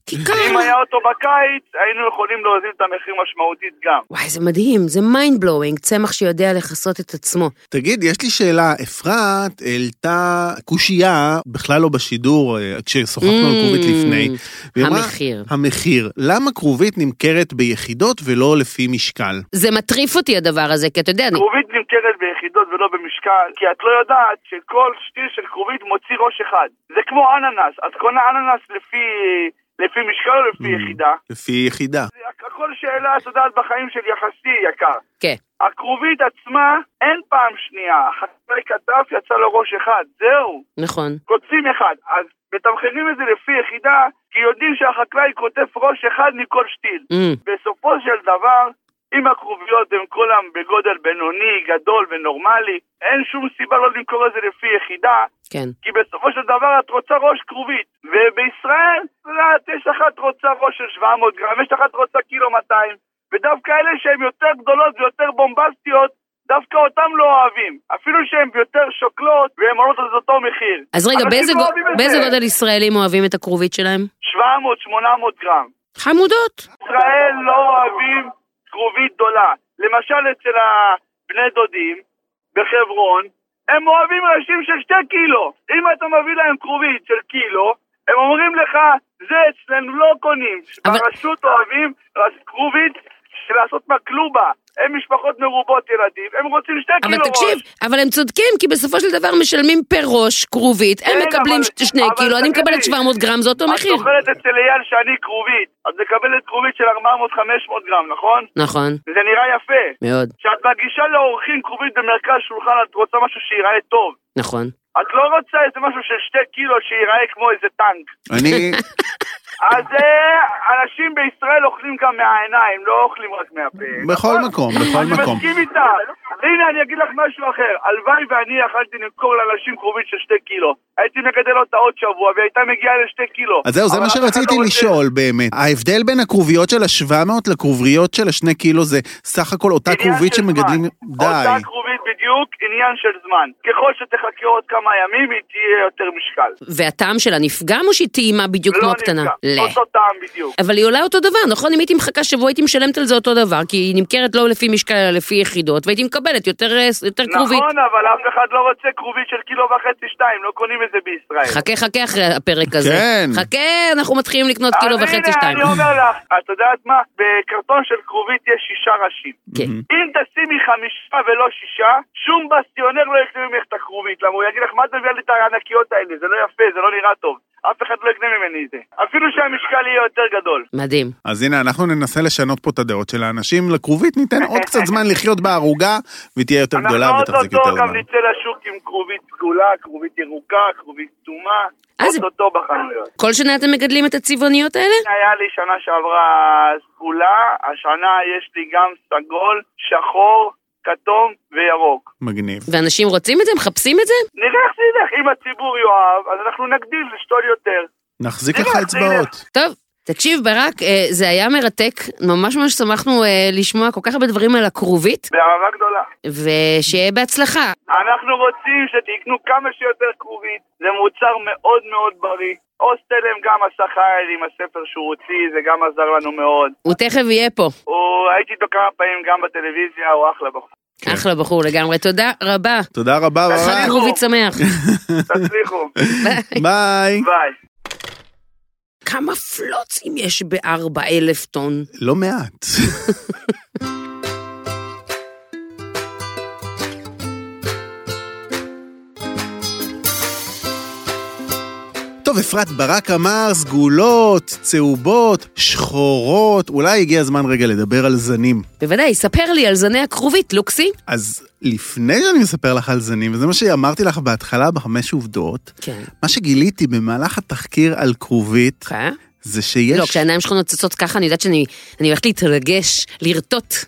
אם היה אותו בקיץ, היינו יכולים להוזיל את המחיר משמעותית גם. וואי, זה מדהים, זה mind blowing, צמח שיודע לחסות את עצמו. תגיד, יש לי שאלה, אפרת העלתה קושייה, בכלל לא בשידור, כששוחחנו על כרובית לפני. המחיר. המחיר. למה כרובית נמכרת ביחידות ולא לפי משקל? זה מטריף אותי הדבר הזה, כי אתה יודע... כרובית נמכרת ביחידות ולא במשקל, כי את לא יודעת שכל שתיל של כרובית מוציא ראש אחד. זה כמו אננס, את קונה אננס לפי... לפי משקל או לפי יחידה? לפי יחידה. הכל שאלה, את יודעת, בחיים של יחסי יקר. כן. הכרובית עצמה, אין פעם שנייה. החקלאי כתף יצא לו ראש אחד, זהו. נכון. קוצים אחד. אז מתמחרים את זה לפי יחידה, כי יודעים שהחקלאי כותף ראש אחד מכל שתיל. בסופו של דבר, אם הכרוביות הן כולם בגודל בינוני, גדול ונורמלי, אין שום סיבה לא למכור את זה לפי יחידה, כן. כי בסופו של דבר את רוצה ראש כרובית, ובישראל יש אחת רוצה ראש של שבע מאות גרם, יש אחת רוצה קילו מאתיים, ודווקא אלה שהן יותר גדולות ויותר בומבסטיות, דווקא אותם לא אוהבים, אפילו שהן יותר שוקלות והן עולות על אותו מחיר. אז רגע, באיזה, לא גו... באיזה גודל ישראלים אוהבים את הכרובית שלהם? שבע מאות שמונה מאות גרם. חמודות. ישראל לא אוהבים כרובית גדולה. למשל אצל הבני דודים בחברון, הם אוהבים ראשים של שתי קילו. אם אתה מביא להם כרובית של קילו, הם אומרים לך, זה אצלנו לא קונים. אבל... ברשות אוהבים כרובית לעשות מהקלובה. הם משפחות מרובות ילדים, הם רוצים שתי קילו ראש. אבל תקשיב, אבל הם צודקים, כי בסופו של דבר משלמים פר ראש, כרובית, הם מקבלים שני קילו, אני מקבלת שבע מאות גרם, זה אותו מחיר. את זוכרת אצל אייל שאני קרובית, אז מקבלת קרובית של ארבע מאות חמש מאות גרם, נכון? נכון. זה נראה יפה. מאוד. כשאת מגישה לאורחים קרובית במרכז שולחן, את רוצה משהו שיראה טוב. נכון. את לא רוצה איזה משהו של שתי קילו שיראה כמו איזה טנק. אני... אז אנשים בישראל אוכלים גם מהעיניים, לא אוכלים רק מהפה. בכל מקום, בכל מקום. אני מסכים איתה. הנה, אני אגיד לך משהו אחר. הלוואי ואני יכלתי למכור לאנשים קרובית של שתי קילו. הייתי מגדל אותה עוד שבוע, והייתה מגיעה לשתי קילו. אז זהו, זה מה שרציתי לשאול באמת. ההבדל בין הקרוביות של ה-שבע מאות לקרוביות של ה-שני קילו זה סך הכל אותה קרובית שמגדלים... די. אותה קרובית בדיוק, עניין של זמן. ככל שתחכה עוד כמה ימים, היא תהיה יותר משקל. והטעם שלה נפגם או שהיא טעימה בדיוק כמו הקטנה? לא נפגם, אותו טעם בדיוק. אבל היא עולה אותו דבר, נכון? אם הייתי מחכה שבוע, הייתי משלמת על זה אותו דבר, כי היא נמכרת לא לפי משקל, אלא לפי יחידות, והייתי מקבלת יותר קרובית. נכון, אבל אף אחד לא רוצה קרובית של קילו וחצי שתיים, לא קונים את זה בישראל. חכה, חכה אחרי הפרק הזה. כן. חכה, אנחנו מתחילים לקנות קילו וחצי שתיים. אני אומר לך, את יודעת מה? בקרטון של קרובית יש שישה ראשים. כן. אם תשימי חמישה ולא שישה, שום בסטיונר לא יקנה ממך את הקרובית, למה הוא יגיד לך, מה את מביאה לי את הענקיות האלה? זה לא יפה, זה לא נראה טוב. אף אחד לא יקנה ממני את זה. אפילו שהמשקל יהיה יותר גדול. מדהים. אז הנה, אנחנו ננסה לשנות פה את הדעות של האנשים. לקרובית ניתן עוד קצת זמן לחיות בערוגה, והיא תהיה יותר גדולה ותחזיק יותר זמן. אנחנו עוד אותו גם נצא לשוק עם קרובית סגולה, קרובית ירוקה, קרובית סתומה, עוד אותו בחנויות. כל שנה אתם מגדלים את הצבעוניות האלה? היה לי שנה שעברה סגולה, השנה יש לי גם סגול, שחור, כתום וירוק. מגניב. ואנשים רוצים את זה? מחפשים את זה? נראה איך זה ילך. אם הציבור יאהב, אז אנחנו נגדיל לשתול יותר. נחזיק לך אצבעות. טוב, תקשיב ברק, זה היה מרתק, ממש ממש שמחנו לשמוע כל כך הרבה דברים על הקרובית. באהבה גדולה. ושיהיה בהצלחה. אנחנו רוצים שתקנו כמה שיותר קרובית, זה מוצר מאוד מאוד בריא. אוסטלם גם עשה חייל עם הספר שהוא הוציא, זה גם עזר לנו מאוד. הוא תכף יהיה פה. הוא, הייתי איתו כמה פעמים גם בטלוויזיה, הוא אחלה בחור. כן. אחלה בחור לגמרי, תודה רבה. תודה רבה. חג קרובית שמח. תצליחו. ביי. ביי. כמה פלוצים יש בארבע אלף טון? לא מעט. טוב, אפרת, ברק אמר סגולות, צהובות, שחורות, אולי הגיע הזמן רגע לדבר על זנים. בוודאי, ספר לי על זני הקרובית, לוקסי. אז לפני שאני מספר לך על זנים, וזה מה שאמרתי לך בהתחלה בחמש עובדות, כן. מה שגיליתי במהלך התחקיר על קרובית, כן? זה שיש... לא, כשהעיניים שלך נוצצות ככה, אני יודעת שאני אני הולכת להתרגש, לרטוט.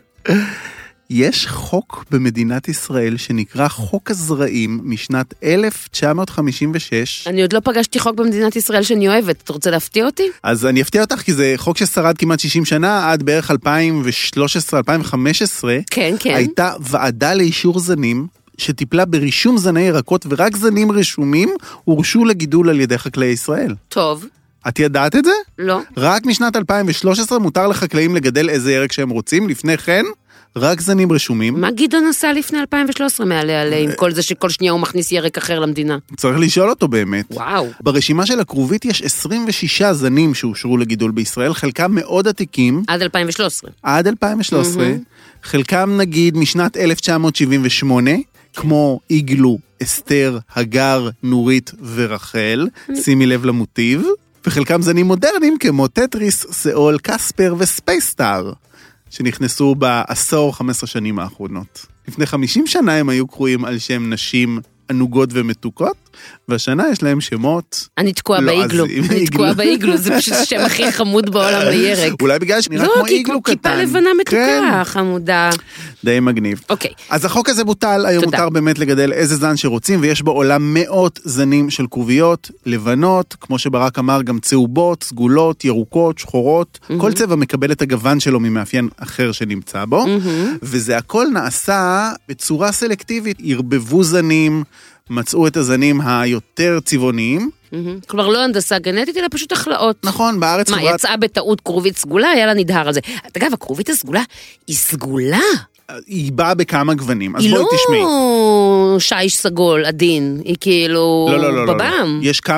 יש חוק במדינת ישראל שנקרא חוק הזרעים משנת אלף תשע מאות חמישים ושש. אני עוד לא פגשתי חוק במדינת ישראל שאני אוהבת, אתה רוצה להפתיע אותי? אז אני אפתיע אותך, כי זה חוק ששרד כמעט שישים שנה, עד בערך אלפיים ושלוש עשרה אלפיים וחמש עשרה. כן, כן. הייתה ועדה לאישור זנים, שטיפלה ברישום זני ירקות, ורק זנים רשומים הורשו לגידול על ידי חקלאי ישראל. טוב. את ידעת את זה? לא. רק משנת אלפיים ושלוש עשרה מותר לחקלאים לגדל איזה ירק שהם רוצים, לפני כן רק זנים רשומים. מה גדעון עשה לפני אלפיים ושלוש עשרה מעלה עלה, עם כל זה שכל שנייה הוא מכניס ירק אחר למדינה? צריך לשאול אותו באמת. וואו. ברשימה של הקרובית יש עשרים ושישה זנים שאושרו לגידול בישראל, חלקם מאוד עתיקים. עד אלפיים ושלוש עשרה. עד אלפיים ושלוש עשרה. חלקם נגיד משנת אלף תשע מאות שבעים ושמונה, כמו איגלו, אסתר, הגר, נורית ורחל. שימי לב למוטיב. וחלקם זנים מודרניים כמו טטריס, סאול, קספר וספייסטאר, שנכנסו בעשור חמש עשרה שנים האחרונות. לפני חמישים שנה הם היו קרויים על שם נשים ענוגות ומתוקות, והשנה יש להם שמות... אני תקועה באיגלו, אני תקועה באיגלו, זה פשוט השם הכי חמוד בעולם לירק. אולי בגלל שנראה כמו איגלו קטן. לא, כי כיפה לבנה מתוקה, חמודה. די מגניב. אוקיי. אז החוק הזה בוטל, היום מותר באמת לגדל איזה זן שרוצים, ויש בעולם מאות זנים של קרוביות, לבנות, כמו שברק אמר, גם צהובות, סגולות, ירוקות, שחורות, כל צבע מקבל את הגוון שלו ממאפיין אחר שנמצא בו, וזה הכל נעשה בצורה סלקטיבית, ערבבו זנים, מצאו את הזנים היותר צבעוניים. כלומר לא הנדסה גנטית, אלא פשוט החלאות. נכון, בארץ... מה, יצאה בטעות קרובית סגולה, היה לה נדהר על זה. אגב, הקרובית הסגולה היא סגולה. היא באה בכמה גוונים, אז בואי תשמעי. היא לא שיש סגול, עדין, היא כאילו... לא, לא, לא, בבם. יש כמה.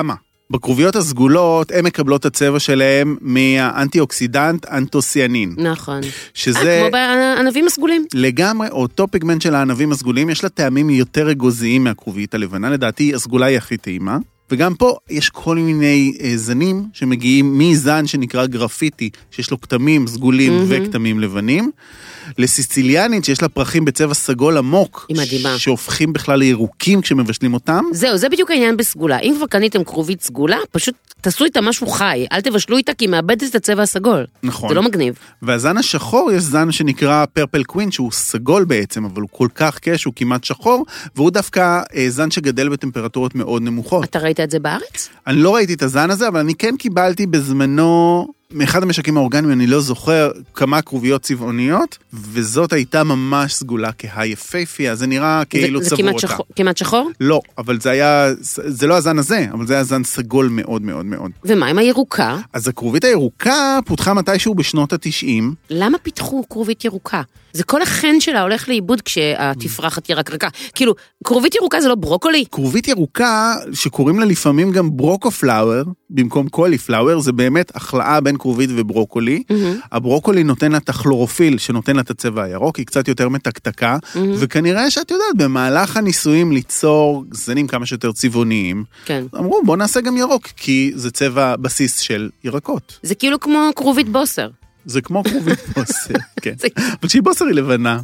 בכרוביות הסגולות, הן מקבלות את הצבע שלהם מהאנטי-אוקסידנט אנטוסיאנין. נכון. שזה... כמו בענבים הסגולים. לגמרי, אותו פיגמנט של הענבים הסגולים, יש לה טעמים יותר אגוזיים מהכרובית הלבנה, לדעתי הסגולה היא הכי טעימה. וגם פה יש כל מיני אה, זנים שמגיעים מזן שנקרא גרפיטי, שיש לו כתמים סגולים mm-hmm. וכתמים לבנים, לסיציליאנית שיש לה פרחים בצבע סגול עמוק, היא מדהימה. שהופכים בכלל לירוקים כשמבשלים אותם. זהו, זה בדיוק העניין בסגולה. אם כבר קניתם כרובית סגולה, פשוט תעשו איתה משהו חי, אל תבשלו איתה כי היא מאבדת את הצבע הסגול. נכון. זה לא מגניב. והזן השחור יש זן שנקרא פרפל קווין, שהוא סגול בעצם, אבל הוא כל כך קש, הוא כמעט שחור, והוא דווקא אה, זן שגדל בטמפרטורות מאוד נמוכות. אתה ראית את זה בארץ? אני לא ראיתי את הזן הזה, אבל אני כן קיבלתי בזמנו, מאחד המשקים האורגניים, אני לא זוכר כמה כרוביות צבעוניות, וזאת הייתה ממש סגולה כהיפהפייה, זה נראה כאילו זה, צבעו זה אותה. שחור, כמעט שחור? לא, אבל זה היה, זה לא הזן הזה, אבל זה היה זן סגול מאוד מאוד מאוד. ומה עם הירוקה? אז הכרובית הירוקה פותחה מתישהו בשנות התשעים. למה פיתחו כרובית ירוקה? זה כל החן שלה הולך לאיבוד כשהתפרחת ירקרקה. כאילו, כרובית ירוקה זה לא ברוקולי? כרובית ירוקה, שקוראים לה לפעמים גם ברוקו-פלאואר, במקום קולי-פלאואר, זה באמת החלאה בין כרובית וברוקולי. Mm-hmm. הברוקולי נותן לה את הכלורופיל, שנותן לה את הצבע הירוק, היא קצת יותר מתקתקה, mm-hmm. וכנראה שאת יודעת, במהלך הניסויים ליצור זנים כמה שיותר צבעוניים, כן. אמרו, בוא נעשה גם ירוק, כי זה צבע בסיס של ירקות. זה כאילו כמו כרובית בוסר. זה כמו כרובית בוסר, כן. אבל שהיא בוסר היא לבנה.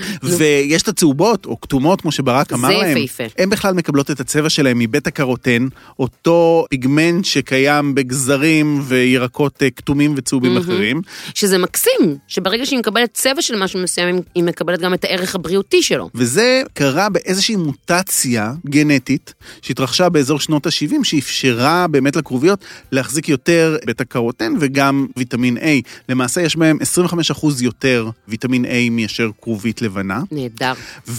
ויש את הצהובות, או כתומות, כמו שברק אמר להם, הן בכלל מקבלות את הצבע שלהם מבית הקרוטן, אותו פיגמנט שקיים בגזרים וירקות כתומים וצהובים אחרים. שזה מקסים, שברגע שהיא מקבלת צבע של משהו מסוים, היא מקבלת גם את הערך הבריאותי שלו. וזה קרה באיזושהי מוטציה גנטית, שהתרחשה באזור שנות ה-שבעים, שאפשרה באמת לכרוביות להחזיק יותר בית הקרוטן וגם ויטמין A. למעשה יש בהם עשרים וחמישה אחוז יותר ויטמין A מאשר כרובית לבנה. נהדר.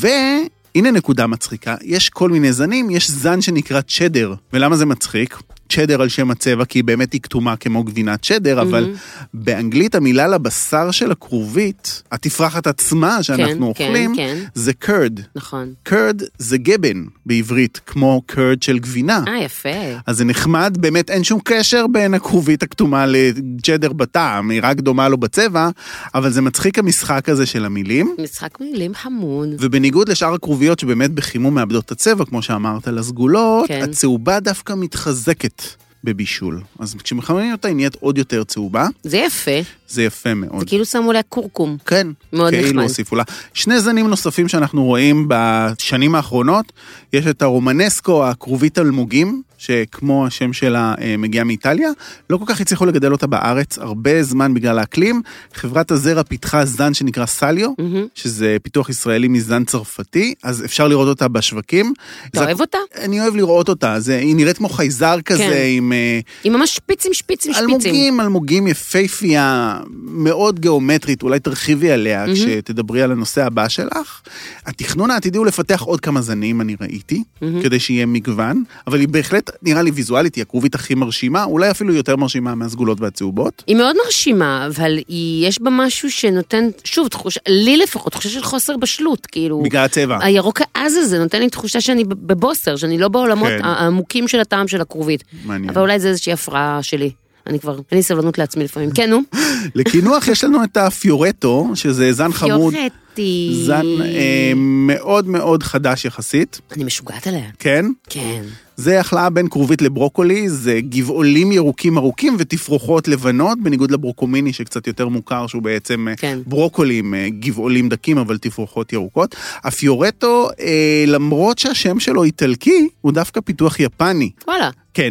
והנה נקודה מצחיקה, יש כל מיני זנים, יש זן שנקרא צ'דר. ולמה זה מצחיק? צ'דר על שם הצבע, כי היא באמת היא כתומה כמו גבינת צ'דר, אבל באנגלית המילה לבשר של הכרובית, התפרחת עצמה שאנחנו אוכלים, זה קרד. נכון. קרד זה גבן בעברית, כמו קרד של גבינה. אה, יפה. אז זה נחמד, באמת אין שום קשר בין הכרובית הכתומה לצ'דר בטעם, היא רק דומה לו בצבע, אבל זה מצחיק המשחק הזה של המילים. משחק מילים חמוד. ובניגוד לשאר הכרוביות שבאמת בחימום מאבדות את הצבע, כמו שאמרת על הסגולות, הצהובה דווקא מתחזקת בבישול. אז כשמחממים אותה היא נהיית עוד יותר צהובה. זה יפה. זה יפה מאוד. זה כאילו שמו לה קורקום. כן. מאוד נחמד. כאילו הוסיפו לה. שני זנים נוספים שאנחנו רואים בשנים האחרונות, יש את הרומנסקו, הכרובית אלמוגים, שכמו השם שלה מגיעה מאיטליה, לא כל כך הצליחו לגדל אותה בארץ, הרבה זמן בגלל האקלים. חברת הזרע פיתחה זן שנקרא סליו, mm-hmm. שזה פיתוח ישראלי מזן צרפתי, אז אפשר לראות אותה בשווקים. אתה אוהב אותה? אני אוהב לראות אותה, זה, היא נראית כמו חייזר כזה, כן. עם... היא ממש שפיצים, שפיצים, שפיצים. אלמוגים, אלמוגים יפהפייה, מאוד גיאומטרית, אולי תרחיבי עליה mm-hmm. כשתדברי על הנושא הבא שלך. התכנון העתידי הוא לפתח עוד כמה זנים, אני ראיתי, mm-hmm. כדי שיהיה מגוון, אבל היא בהחלט נראה לי ויזואלית, היא הכרובית הכי מרשימה, אולי אפילו יותר מרשימה מהסגולות והצהובות. היא מאוד מרשימה, אבל היא, יש בה משהו שנותן, שוב, תחושה, לי לפחות, תחושה של חוסר בשלות, כאילו... בגלל הצבע. הירוק העז הזה נותן לי תחושה שאני בבוסר, שאני לא בעולמות כן. העמוקים של הטעם של הכרובית. מעניין. אבל אולי זה איזושהי הפרעה שלי. אני כבר, אין לי סבלנות לעצמי לפעמים. כן, נו. לקינוח יש לנו את הפיורטו, שזה זן חמוד. פיורטי. זן אה, מאוד מאוד חדש יחסית. אני משוגעת עליה. כן? כן. זה החלאה בין כרובית לברוקולי, זה גבעולים ירוקים ארוכים ותפרוחות לבנות, בניגוד לברוקומיני שקצת יותר מוכר, שהוא בעצם כן. ברוקולי עם גבעולים דקים, אבל תפרוחות ירוקות. הפיורטו, אה, למרות שהשם שלו איטלקי, הוא דווקא פיתוח יפני. וואלה. כן.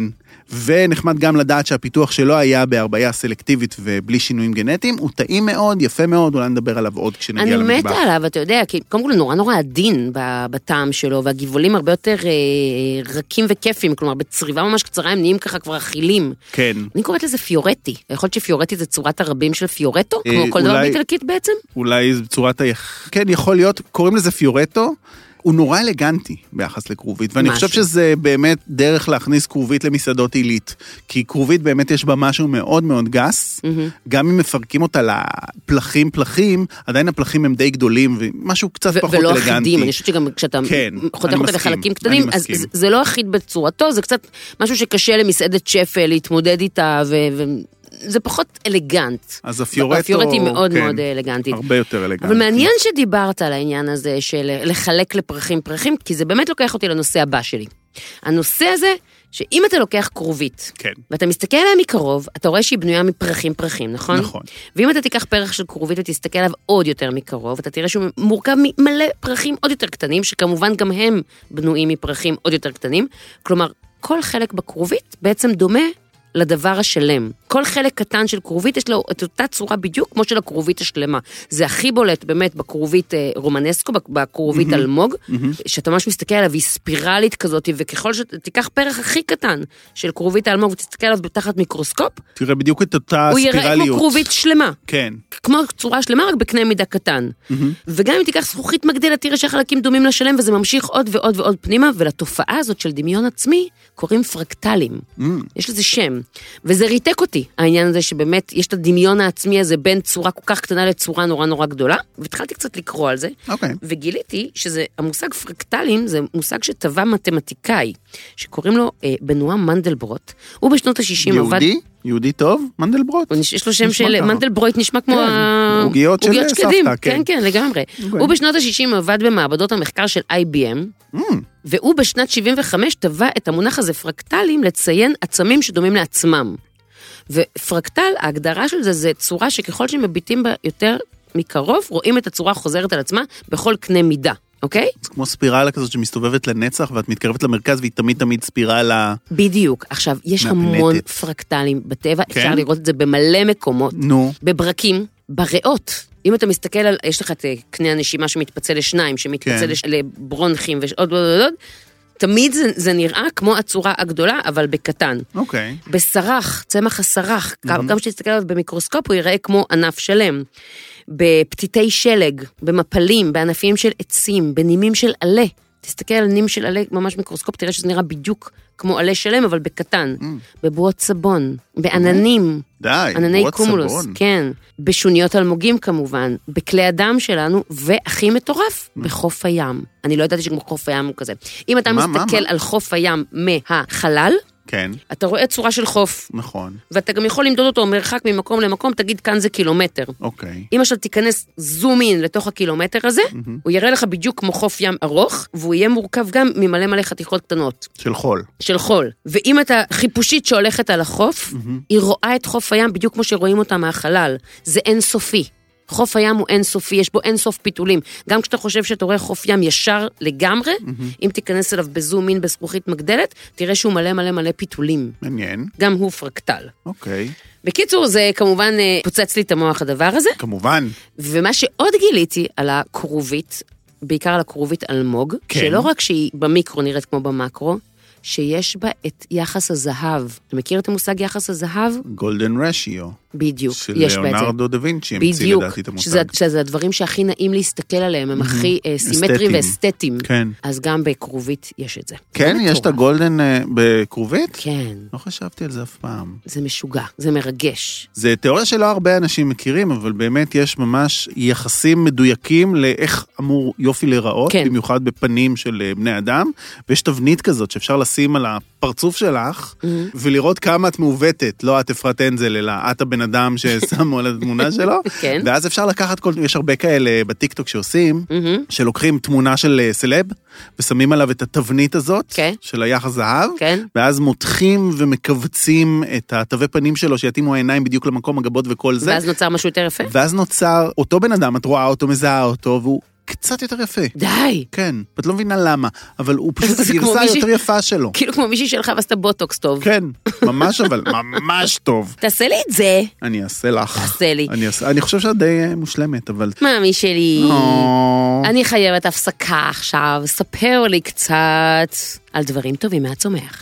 ונחמד גם לדעת שהפיתוח שלו היה בהרביה סלקטיבית ובלי שינויים גנטיים, הוא טעים מאוד, יפה מאוד, אולי נדבר עליו עוד כשנגיע למטבח. אני מתה עליו, אתה יודע, כי קודם כל נורא נורא עדין בטעם שלו, והגבעולים הרבה יותר אה, רכים וכיפים, כלומר בצריבה ממש קצרה הם נהיים ככה כבר אכילים. כן. אני קוראת לזה פיורטי, יכול להיות שפיורטי זה צורת הרבים של פיורטו, כמו כל דבר באיטלקית בעצם? אולי זה צורת היח... כן, יכול להיות, קוראים לזה פיורטו, הוא נורא אלגנטי ביחס לכרובית, ואני משהו. חושב שזה באמת דרך להכניס כרובית למסעדות עילית, כי כרובית באמת יש בה משהו מאוד מאוד גס, mm-hmm. גם אם מפרקים אותה לפלחים פלחים, עדיין הפלחים הם די גדולים, ומשהו קצת ו- פחות ולא אלגנטי. ולא אחידים, אני חושבת שגם כשאתה כן, חותך אותה לחלקים קטנים, אז זה, זה לא אחיד בצורתו, זה קצת משהו שקשה למסעדת שפל להתמודד איתה, ו... ו- זה פחות אלגנט. אז הפיורטו... הפיורט היא מאוד כן, מאוד אלגנטית. הרבה יותר אלגנטית. אבל מעניין שדיברת על העניין הזה של לחלק לפרחים פרחים, כי זה באמת לוקח אותי לנושא הבא שלי. הנושא הזה, שאם אתה לוקח כרובית, כן. ואתה מסתכל עליה מקרוב, אתה רואה שהיא בנויה מפרחים פרחים, נכון? נכון. ואם אתה תיקח פרח של כרובית ותסתכל עליו עוד יותר מקרוב, אתה תראה שהוא מורכב ממלא פרחים עוד יותר קטנים, שכמובן גם הם בנויים מפרחים עוד יותר קטנים. כלומר, כל חלק בכרובית בעצם דומה לדבר השלם. כל חלק קטן של כרובית יש לו את אותה צורה בדיוק כמו של הכרובית השלמה. זה הכי בולט באמת בכרובית רומנסקו, בכרובית אלמוג, שאתה ממש מסתכל עליו, היא ספירלית כזאת, וככל שתיקח פרח הכי קטן של כרובית האלמוג ותסתכל עליו בתחת מיקרוסקופ, תראה בדיוק את אותה הוא ספירליות. יראה כמו כרובית שלמה. כן. כמו צורה שלמה, רק בקנה מידה קטן. וגם אם תיקח זכוכית מגדלת, תראה שהחלקים דומים לשלם, וזה ממשיך עוד ועוד ועוד פנימה, ולתופעה הזאת של דמיון עצמי, קוראים פרקטלים. יש לזה שם. וזה ריתק אותי, העניין הזה שבאמת יש את הדמיון העצמי הזה בין צורה כל כך קטנה לצורה נורא נורא גדולה, והתחלתי קצת לקרוא על זה, okay. וגיליתי שזה, המושג פרקטלים זה מושג שטבע מתמטיקאי, שקוראים לו אה, בנועם מנדלברוט, הוא בשנות ה-שישים יהודי? עבד... יהודי טוב? מנדלברוט? יש לו שם של מנדלברוט נשמע כמו עוגיות של סבתא, כן. כן, כן, לגמרי. הוא בשנות ה-שישים עבד במעבדות המחקר של איי בי אם, והוא בשנת שבעים וחמש טבע את המונח הזה פרקטלים לציין עצמים שדומים לעצמם. ופרקטל, ההגדרה של זה, זה צורה שככל שמביטים בה יותר מקרוב, רואים את הצורה חוזרת על עצמה בכל קנה מידה. אוקיי? זה כמו ספירלה כזאת שמסתובבת לנצח, ואת מתקרבת למרכז, והיא תמיד תמיד ספירלה... בדיוק. עכשיו, יש המון פרקטלים בטבע, אפשר לראות את זה במלא מקומות. נו. בברקים, בריאות. אם אתה מסתכל על, יש לך את קנה הנשימה שמתפצל לשניים, שמתפצל לברונכים ועוד עוד עוד, תמיד זה, זה נראה כמו הצורה הגדולה, אבל בקטן. אוקיי. בסרח, צמח הסרח, גם שתסתכל עליו במיקרוסקופ, הוא יראה כמו ענף שלם. בפתיתי שלג, במפלים, בענפים של עצים, בנימים של עלה. תסתכל על נים של עלה, ממש מיקרוסקופ, תראה שזה נראה בדיוק כמו עלה שלם, אבל בקטן. Mm. בבועות סבון, בעננים. די, ענני בועות קומולוס, סבון. כן. בשוניות אלמוגים כמובן, בכלי הדם שלנו, והכי מטורף, mm. בחוף הים. אני לא ידעתי שגם חוף הים הוא כזה. אם אתה מה, מסתכל מה, מה? על חוף הים מהחלל, כן. אתה רואה צורה של חוף. נכון. ואתה גם יכול למדוד אותו מרחק ממקום למקום, תגיד כאן זה קילומטר. אוקיי. אם עכשיו תיכנס זום אין לתוך הקילומטר הזה, mm-hmm. הוא יראה לך בדיוק כמו חוף ים ארוך, והוא יהיה מורכב גם ממלא מלא חתיכות קטנות. של חול. של חול. ואם אתה חיפושית שהולכת על החוף, mm-hmm. היא רואה את חוף הים בדיוק כמו שרואים אותה מהחלל. זה אינסופי. חוף הים הוא אינסופי, יש בו אינסוף פיתולים. גם כשאתה חושב שאתה רואה חוף ים ישר לגמרי, mm-hmm. אם תיכנס אליו בזום אין בזכוכית מגדלת, תראה שהוא מלא מלא מלא פיתולים. מעניין. גם הוא פרקטל. אוקיי. בקיצור, זה כמובן פוצץ לי את המוח הדבר הזה. כמובן. ומה שעוד גיליתי על הכרובית, בעיקר על הכרובית אלמוג, כן. שלא רק שהיא במיקרו נראית כמו במקרו, שיש בה את יחס הזהב. אתה מכיר את המושג יחס הזהב? גולדן רשיו. בדיוק, של יש בעצם. ליאונרדו דה וינצ'י המציא לדעתי את המושג. שזה, שזה הדברים שהכי נעים להסתכל עליהם, הם הכי uh, סימטריים ואסתטיים. כן. אז גם בכרובית יש את זה. כן, זה יש את הגולדן uh, בכרובית? כן. לא חשבתי על זה אף פעם. זה משוגע, זה מרגש. זה תיאוריה שלא הרבה אנשים מכירים, אבל באמת יש ממש יחסים מדויקים לאיך אמור יופי להיראות, כן. במיוחד בפנים של בני אדם, ויש תבנית כזאת שאפשר לשים על הפרצוף שלך, mm-hmm. ולראות כמה את מעוותת, לא את אפרת אנזל, אלא את הבן אדם ששמו על התמונה שלו, כן. ואז אפשר לקחת כל, יש הרבה כאלה בטיקטוק שעושים, mm-hmm. שלוקחים תמונה של סלב, ושמים עליו את התבנית הזאת, okay. של היחס זהב, כן. ואז מותחים ומקבצים את התווי פנים שלו, שיתאימו העיניים בדיוק למקום הגבות וכל זה. ואז נוצר משהו יותר יפה? ואז נוצר אותו בן אדם, את רואה אותו, מזהה אותו, והוא קצת יותר יפה. די. כן, את לא מבינה למה, אבל הוא פשוט הגרסה היותר יפה שלו. כאילו כמו מישהי שלך ועשת בוטוקס טוב. כן, ממש אבל, ממש טוב. תעשה לי את זה. אני אעשה לך. תעשה לי. אני, אעשה, אני חושב שאת די מושלמת, אבל... מאמי שלי, אני חייבת הפסקה עכשיו, ספר לי קצת על דברים טובים מהצומח.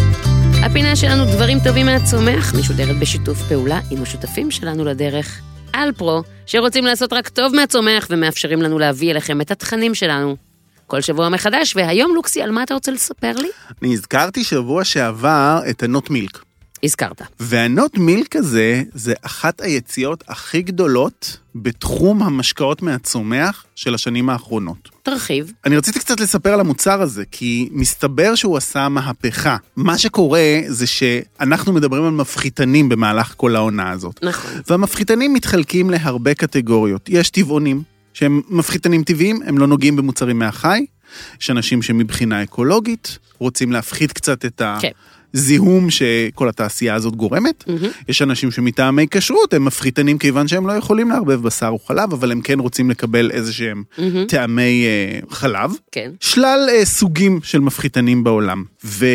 הפינה שלנו דברים טובים מהצומח, משודרת בשיתוף פעולה עם השותפים שלנו לדרך, אלפרו, שרוצים לעשות רק טוב מהצומח ומאפשרים לנו להביא אליכם את התכנים שלנו. כל שבוע מחדש, והיום לוקסי, על מה אתה רוצה לספר לי? אני הזכרתי שבוע שעבר את הנוט מילק. הזכרת. והנוט מילק הזה, זה אחת היציאות הכי גדולות בתחום המשקאות מהצומח של השנים האחרונות. תרחיב. אני רציתי קצת לספר על המוצר הזה, כי מסתבר שהוא עשה מהפכה. מה שקורה זה שאנחנו מדברים על מפחיתנים במהלך כל העונה הזאת. נכון. והמפחיתנים מתחלקים להרבה קטגוריות. יש טבעונים, שהם מפחיתנים טבעיים, הם לא נוגעים במוצרים מהחי. יש אנשים שמבחינה אקולוגית רוצים להפחית קצת את ה... כן. זיהום שכל התעשייה הזאת גורמת. Mm-hmm. יש אנשים שמטעמי כשרות, הם מפחיתנים כיוון שהם לא יכולים לערבב בשר או חלב, אבל הם כן רוצים לקבל איזה שהם mm-hmm. טעמי uh, חלב. כן. שלל uh, סוגים של מפחיתנים בעולם.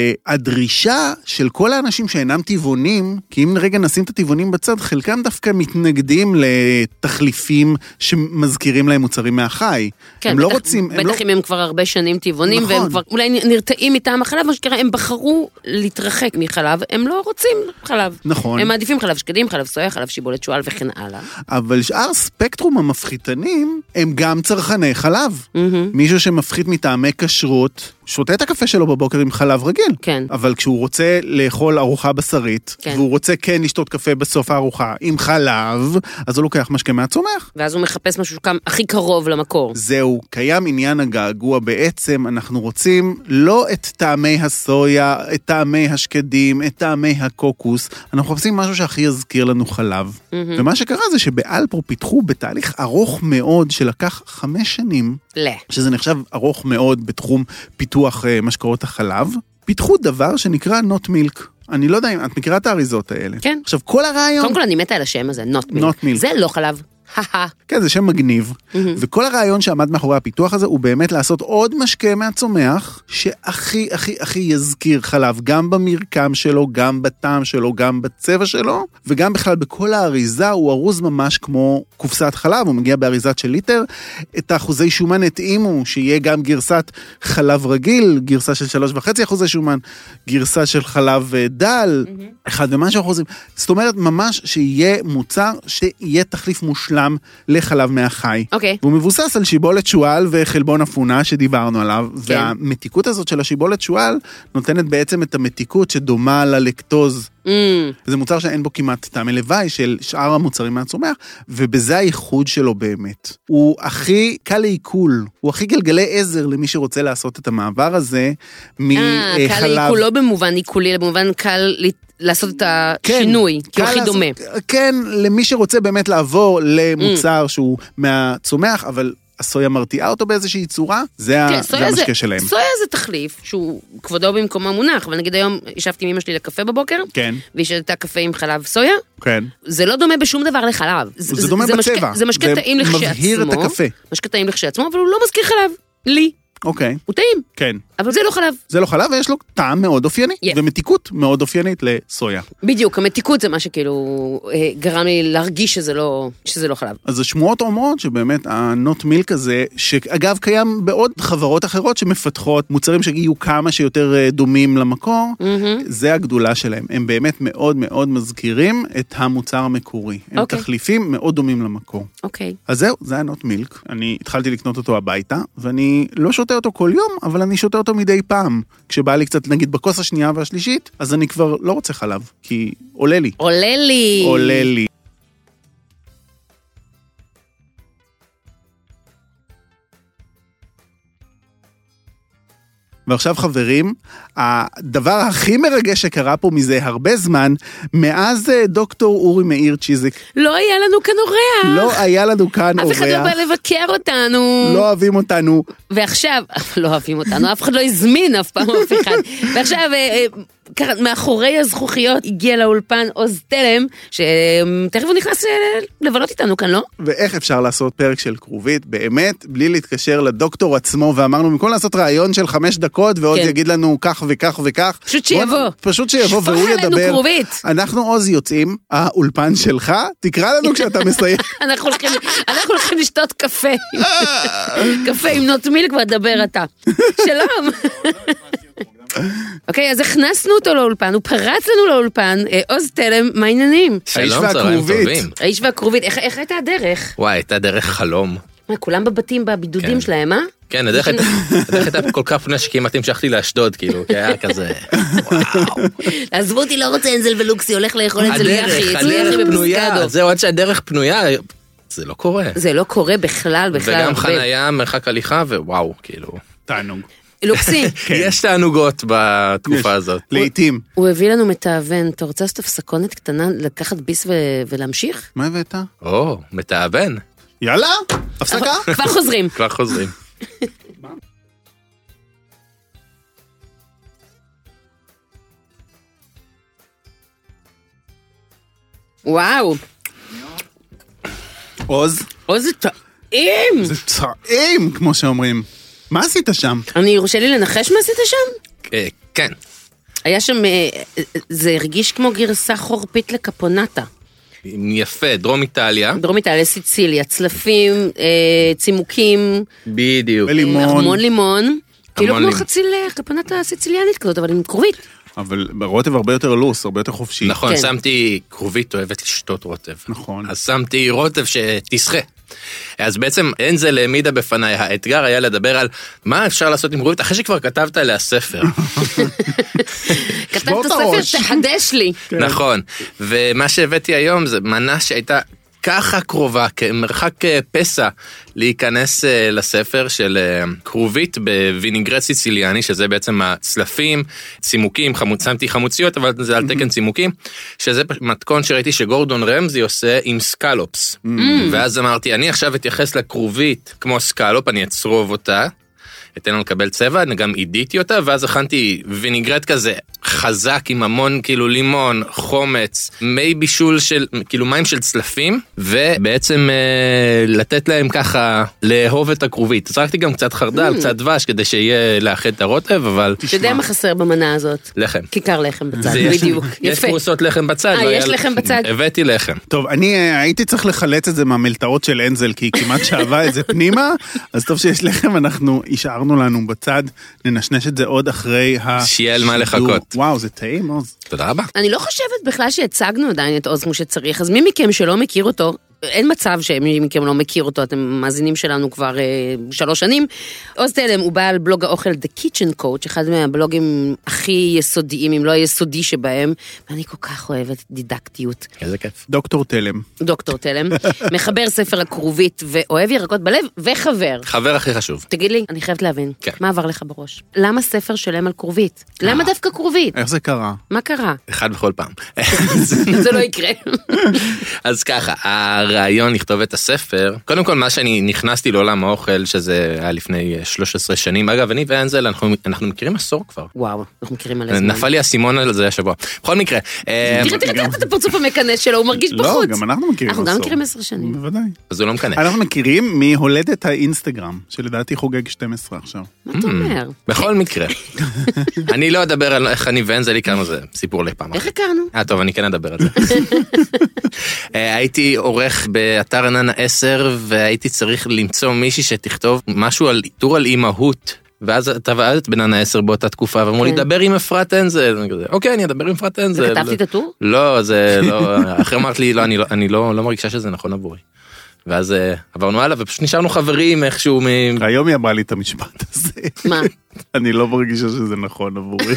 והדרישה של כל האנשים שאינם טבעונים, כי אם רגע נשים את הטבעונים בצד, חלקם דווקא מתנגדים לתחליפים שמזכירים להם מוצרים מהחי. כן, הם בטח, לא רוצים... בטח אם לא... הם כבר הרבה שנים טבעונים, נכון. והם כבר אולי נרתעים מטעם החלב, מה שקרה, הם בחרו להתרחק מחלב, הם לא רוצים חלב. נכון. הם מעדיפים חלב שקדים, חלב סויה, חלב שיבולת שועל וכן הלאה. אבל שאר ספקטרום המפחיתנים, הם גם צרכני חלב. Mm-hmm. מישהו שמפחית מטעמי כשרות, שותה את הקפה שלו בבוקר עם חלב רגיל. כן. אבל כשהוא רוצה לאכול ארוחה בשרית, כן. והוא רוצה כן לשתות קפה בסוף הארוחה עם חלב, אז הוא לוקח משקה מהצומח. ואז הוא מחפש משהו שכם הכי קרוב למקור. זהו, קיים עניין הגעגוע בעצם, אנחנו רוצים לא את טעמי הסויה, את טעמי השקדים, את טעמי הקוקוס, אנחנו מחפשים משהו שהכי יזכיר לנו חלב. Mm-hmm. ומה שקרה זה שבאלפרו פיתחו בתהליך ארוך מאוד, שלקח חמש שנים, לא. שזה נחשב ארוך מאוד בתחום פיתוח משקאות החלב, פיתחו דבר שנקרא נוט מילק. אני לא יודע אם את מכירה את האריזות האלה. כן. עכשיו, כל הרעיון... קודם כל אני מתה על השם הזה, נוט מילק. נוט מילק. זה לא חלב. כן, זה שם מגניב, וכל הרעיון שעמד מאחורי הפיתוח הזה הוא באמת לעשות עוד משקה מהצומח שהכי הכי הכי יזכיר חלב, גם במרקם שלו, גם בטעם שלו, גם בצבע שלו, וגם בכלל בכל האריזה הוא ארוז ממש כמו קופסת חלב, הוא מגיע באריזת של ליטר, את האחוזי שומן התאימו, שיהיה גם גרסת חלב רגיל, גרסה של שלוש וחצי אחוזי שומן, גרסה של חלב דל, אחד ומשהו אחוזים, זאת אומרת ממש שיהיה מוצר שיהיה תחליף מושלם לחלב מהחי. אוקיי. והוא מבוסס על שיבולת שועל וחלבון אפונה שדיברנו עליו, כן. והמתיקות הזאת של השיבולת שועל נותנת בעצם את המתיקות שדומה ללקטוז. Mm. זה מוצר שאין בו כמעט טעמי לוואי של שאר המוצרים מהצומח, ובזה הייחוד שלו באמת. הוא הכי קל לעיכול, הוא הכי גלגלי עזר למי שרוצה לעשות את המעבר הזה מחלב. אה, קל לעיכול לא במובן עיכולי, אלא במובן קל לעשות את השינוי, כן, כי הוא הכי דומה. כן, למי שרוצה באמת לעבור למוצר mm. שהוא מהצומח, אבל הסויה מרתיעה אותו באיזושהי צורה, זה, כן, ה... זה המשקה שלהם. סויה זה תחליף, שהוא כבודו במקום המונח, אבל נגיד היום ישבתי עם אמא שלי לקפה בבוקר, כן. והיא שתתה קפה עם חלב סויה, כן. זה לא דומה בשום דבר לחלב. זה, זה דומה זה בצבע. משקה, זה משקה טעים לכשעצמו. זה מבהיר את הקפה. משקה טעים לכשעצמו, אבל הוא לא מזכיר חלב. לי. אוקיי. הוא טעים. כן. אבל זה לא חלב. זה לא חלב, ויש לו טעם מאוד אופייני, yes. ומתיקות מאוד אופיינית לסויה. בדיוק, המתיקות זה מה שכאילו גרם לי להרגיש שזה לא, שזה לא חלב. אז השמועות אומרות שבאמת הנוט מילק הזה, שאגב קיים בעוד חברות אחרות שמפתחות מוצרים שיהיו כמה שיותר דומים למקור, mm-hmm. זה הגדולה שלהם. הם באמת מאוד מאוד מזכירים את המוצר המקורי. הם okay. תחליפים מאוד דומים למקור. אוקיי. Okay. אז זהו, זה הנוט מילק. אני התחלתי לקנות אותו הביתה, ואני לא שותה אותו כל יום, אבל אני שותה אותו מדי פעם. כשבא לי קצת, נגיד, בכוס השנייה והשלישית, אז אני כבר לא רוצה חלב, כי עולה לי. עולה לי. עולה לי. ועכשיו חברים, הדבר הכי מרגש שקרה פה מזה הרבה זמן, מאז דוקטור אורי מאיר צ'יזיק. לא היה לנו כאן אורח. לא היה לנו כאן אורח. אף אחד לא בא לבקר אותנו. לא אוהבים אותנו. ועכשיו, לא אוהבים אותנו, אף אחד לא הזמין אף פעם אף אחד. ועכשיו, מאחורי הזכוכיות הגיע לאולפן עוז תלם, שתכף הוא נכנס לבלות איתנו כאן, לא? ואיך אפשר לעשות פרק של כרובית, באמת, בלי להתקשר לדוקטור עצמו, ואמרנו, במקום לעשות רעיון של חמש דקות, ועוד כן. יגיד לנו כך וכך וכך. פשוט שיבוא. פשוט שיבוא, והוא ידבר. כרובית. אנחנו עוז יוצאים, האולפן שלך, תקרא לנו כשאתה מסיים. אנחנו הולכים, אנחנו הולכים לשתות קפה. קפה עם נוט מילק, ודבר אתה. שלום. אוקיי, אז הכנסנו אותו לאולפן, הוא פרץ לנו לאולפן, עוז תלם, מה העניינים? שלום, צהריים טובים. האיש והכרובית, איך הייתה הדרך? וואי, הייתה דרך חלום. כולם בבתים, בבידודים שלהם, אה? כן, הדרך הייתה כל כך פנה שכמעט המשכתי לאשדוד, כאילו, כי היה כזה, וואו. עזבו אותי, לא רוצה אנזל ולוקסי, הולך לאכול אצל יחי, אצל הדרך יחי פנויה, בפסקדו. זהו, עד שהדרך פנויה, זה לא קורה. זה לא קורה בכלל, בכלל. וגם חניה, מרחק הליכה, ווואו, כאילו. תענוג. לוקסי. יש תענוגות בתקופה הזאת. לעתים. הוא הביא לנו מתאבן, אתה רוצה לעשות הפסקונת קטנה, לקחת ביס ולהמשיך? מה הבאת? או, מתאבן. יאללה, הפסקה. כבר חוזרים. כבר חוזרים. וואו. עוז. עוז זה טעים. זה טעים, כמו שאומרים. מה עשית שם? אני יורשה לי לנחש מה עשית שם? כן. היה שם, זה הרגיש כמו גרסה חורפית לקפונטה. יפה, דרום איטליה. דרום איטליה, סיציליה, צלפים, צימוקים. בדיוק. ולימון. המון לימון. כאילו כמו לימון. חצי לקפונטה סיציליאנית כזאת, אבל עם כרובית. אבל רוטב הרבה יותר לוס, הרבה יותר חופשי. נכון, כן. שמתי כרובית אוהבת לשתות רוטב. נכון. אז שמתי רוטב שתסחה. אז בעצם אנזל העמידה בפניי, האתגר היה לדבר על מה אפשר לעשות עם כרובית, אחרי שכבר כתבת עליה ספר. כתבת ספר, תחדש לי. נכון, ומה שהבאתי היום זה מנה שהייתה ככה קרובה, כמרחק פסע, להיכנס לספר של כרובית בווינגרט סיציליאני, שזה בעצם הצלפים, צימוקים, שמתי חמוציות, אבל זה על תקן צימוקים, שזה מתכון שראיתי שגורדון רמזי עושה עם סקלופס. ואז אמרתי, אני עכשיו אתייחס לכרובית כמו סקלופ, אני אצרוב אותה, אתן לנו לקבל צבע, אני גם עידיתי אותה, ואז הכנתי ויניגרט כזה חזק עם המון כאילו לימון, חומץ, מי בישול של, כאילו מים של צלפים, ובעצם אה, לתת להם ככה לאהוב את הכרובית. זרקתי גם קצת חרדל, קצת דבש, כדי שיהיה לאחד את הרוטב, אבל... אתה יודע מה חסר במנה הזאת? לחם. כיכר לחם בצד, יש- בדיוק. יש יפה. פרוסות לחם בצד. אה, לא היה- יש לחם בצד? הבאתי לחם. טוב, אני אה, הייתי צריך לחלץ את זה מהמלטעות של אנזל, כי היא כמעט שאבה את זה פנימה, אז טוב שיש לחם, אנחנו השארנו לנו בצד, ננשנש את זה עוד אחרי השידור. שיהיה על מה לחכות. וואו, זה טעים, עוז. תודה רבה. אני לא חושבת בכלל שהצגנו עדיין את עוז כמו שצריך, אז מי מכם שלא מכיר אותו, אין מצב שמי מכם לא מכיר אותו, אתם מאזינים שלנו כבר אה, שלוש שנים. עוז תלם הוא בעל בלוג האוכל The Kitchen Coach, אחד מהבלוגים הכי יסודיים, אם לא היסודי שבהם, ואני כל כך אוהבת דידקטיות. איזה כיף. דוקטור תלם. דוקטור תלם, מחבר ספר הכרובית ואוהב ירקות בלב וחבר. חבר הכי חשוב. תגיד לי, אני חייבת להבין, כן. מה עבר לך בראש? למה ספר שלם על כרובית? למה דווקא כרובית? איך זה קרה? מה קרה? אחד בכל פעם. זה לא יקרה. אז ככה, הרעיון לכתוב את הספר, קודם כל מה שאני נכנסתי לעולם האוכל, שזה היה לפני שלוש עשרה שנים, אגב, אני ואנזל, אנחנו, אנחנו מכירים עשור כבר. וואו, אנחנו מכירים מלא זמן. נפל לי הסימון על זה השבוע. בכל מקרה, אה, תראה, תראה, תראה את הפרצוף המכנס שלו, הוא מרגיש לא, בחוץ. גם אנחנו מכירים אנחנו גם עשור. מכירים עשר שנים. בוודאי. אז הוא לא מקנא. אנחנו מכירים מהולדת האינסטגרם, שלדעתי חוגג שתים עשרה עכשיו. מה אתה אומר? בכל מקרה, אני לא אדבר על איך אני ואנזל הכרנו, זה סיפור לפעם. איך הכרנו? אה, טוב, אני כן אדבר על זה. אה, הייתי עורך באתר ענן עשר, והייתי צריך למצוא מישהי שתכתוב משהו על איתור על אימהות, ואז אתה ועדת בנן העשר באותה תקופה, ואמרו לי, כן. דבר עם אפרת אנזל. אני כזה, אוקיי, אני אדבר עם אפרת אנזל. וכתבתי את הטור? לא, זה לא, אחרי אמרת לי, לא, אני לא, אני לא, לא מרגישה שזה נכון עבורי. ואז אה, עברנו הלאה, ופשוט נשארנו חברים איכשהו מ... היום היא אמרה לי את המשפט הזה. מה? אני לא מרגישה שזה נכון עבורי.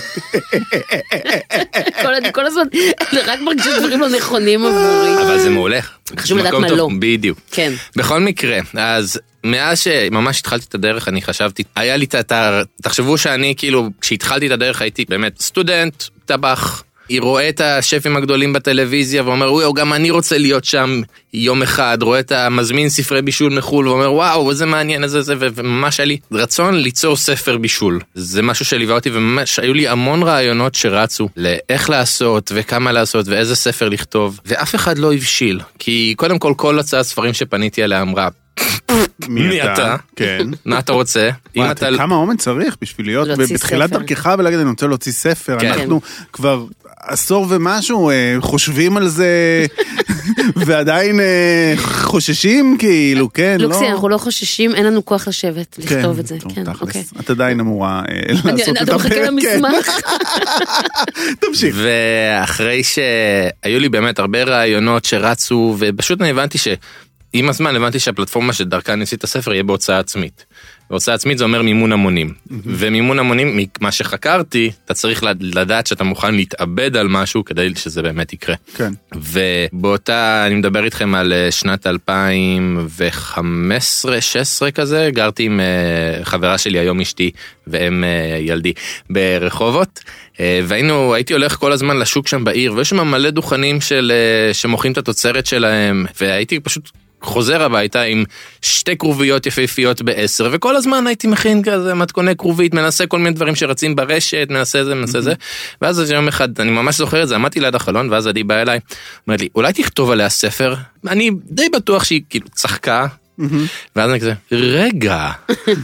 כל- כל הזמן, רק מרגיש דברים לא נכונים עבורי. אבל זה מעולה. חשוב לדעת מקום מה טוב, לא. בדיוק. כן. בכל מקרה, אז מאז שממש התחלתי את הדרך, אני חשבתי, היה לי את ה... תחשבו שאני כאילו, כשהתחלתי את הדרך הייתי באמת סטודנט, טבח, היא רואה את השפים הגדולים בטלוויזיה ואומר, וואו, גם אני רוצה להיות שם יום אחד, רואה את המזמין ספרי בישול מחול ואומר, וואו, איזה מעניין, איזה זה, וממש היה לי רצון ליצור ספר בישול. זה משהו שליווה אותי, וממש היו לי המון רעיונות שרצו לאיך לעשות וכמה לעשות ואיזה ספר לכתוב, ואף אחד לא הבשיל, כי קודם כל כל הצעת ספרים שפניתי עליה אמרה, מי אתה? כן. מה אתה רוצה? כמה אומץ צריך בשביל להיות בתחילת דרכך ולהגיד, אני רוצה להוציא ספר, אנחנו כבר עשור ומשהו חושבים על זה, ועדיין חוששים כאילו, כן, לא? לוקסי, אנחנו לא חוששים, אין לנו כוח לשבת, לכתוב את זה. כן, אוקיי. את עדיין אמורה לעשות את אתה מחכה למסמך. תמשיך. ואחרי שהיו לי באמת הרבה רעיונות שרצו, ופשוט אני הבנתי ש... עם הזמן הבנתי שהפלטפורמה שדרכה ניסית את הספר יהיה בהוצאה עצמית. בהוצאה עצמית זה אומר מימון המונים. Mm-hmm. ומימון המונים, מה שחקרתי, אתה צריך לדעת שאתה מוכן להתאבד על משהו כדי שזה באמת יקרה. כן. ובאותה, אני מדבר איתכם על שנת אלפיים וחמש עשרה שש עשרה כזה, גרתי עם חברה שלי, היום אשתי, והם ילדי, ברחובות. והיינו, הייתי הולך כל הזמן לשוק שם בעיר, ויש שם מלא דוכנים של, שמוכרים את התוצרת שלהם, והייתי פשוט חוזר הביתה עם שתי קרוביות יפהפיות בעשר, וכל הזמן הייתי מכין כזה מתכוני קרובית, מנסה כל מיני דברים שרצים ברשת, מנסה זה, מנסה זה, ואז יום אחד, אני ממש זוכר את זה, עמדתי ליד החלון, ואז עדי בא אליי, אומרת לי, אולי תכתוב עליה ספר? אני די בטוח שהיא כאילו צחקה, ואז אני כזה, רגע.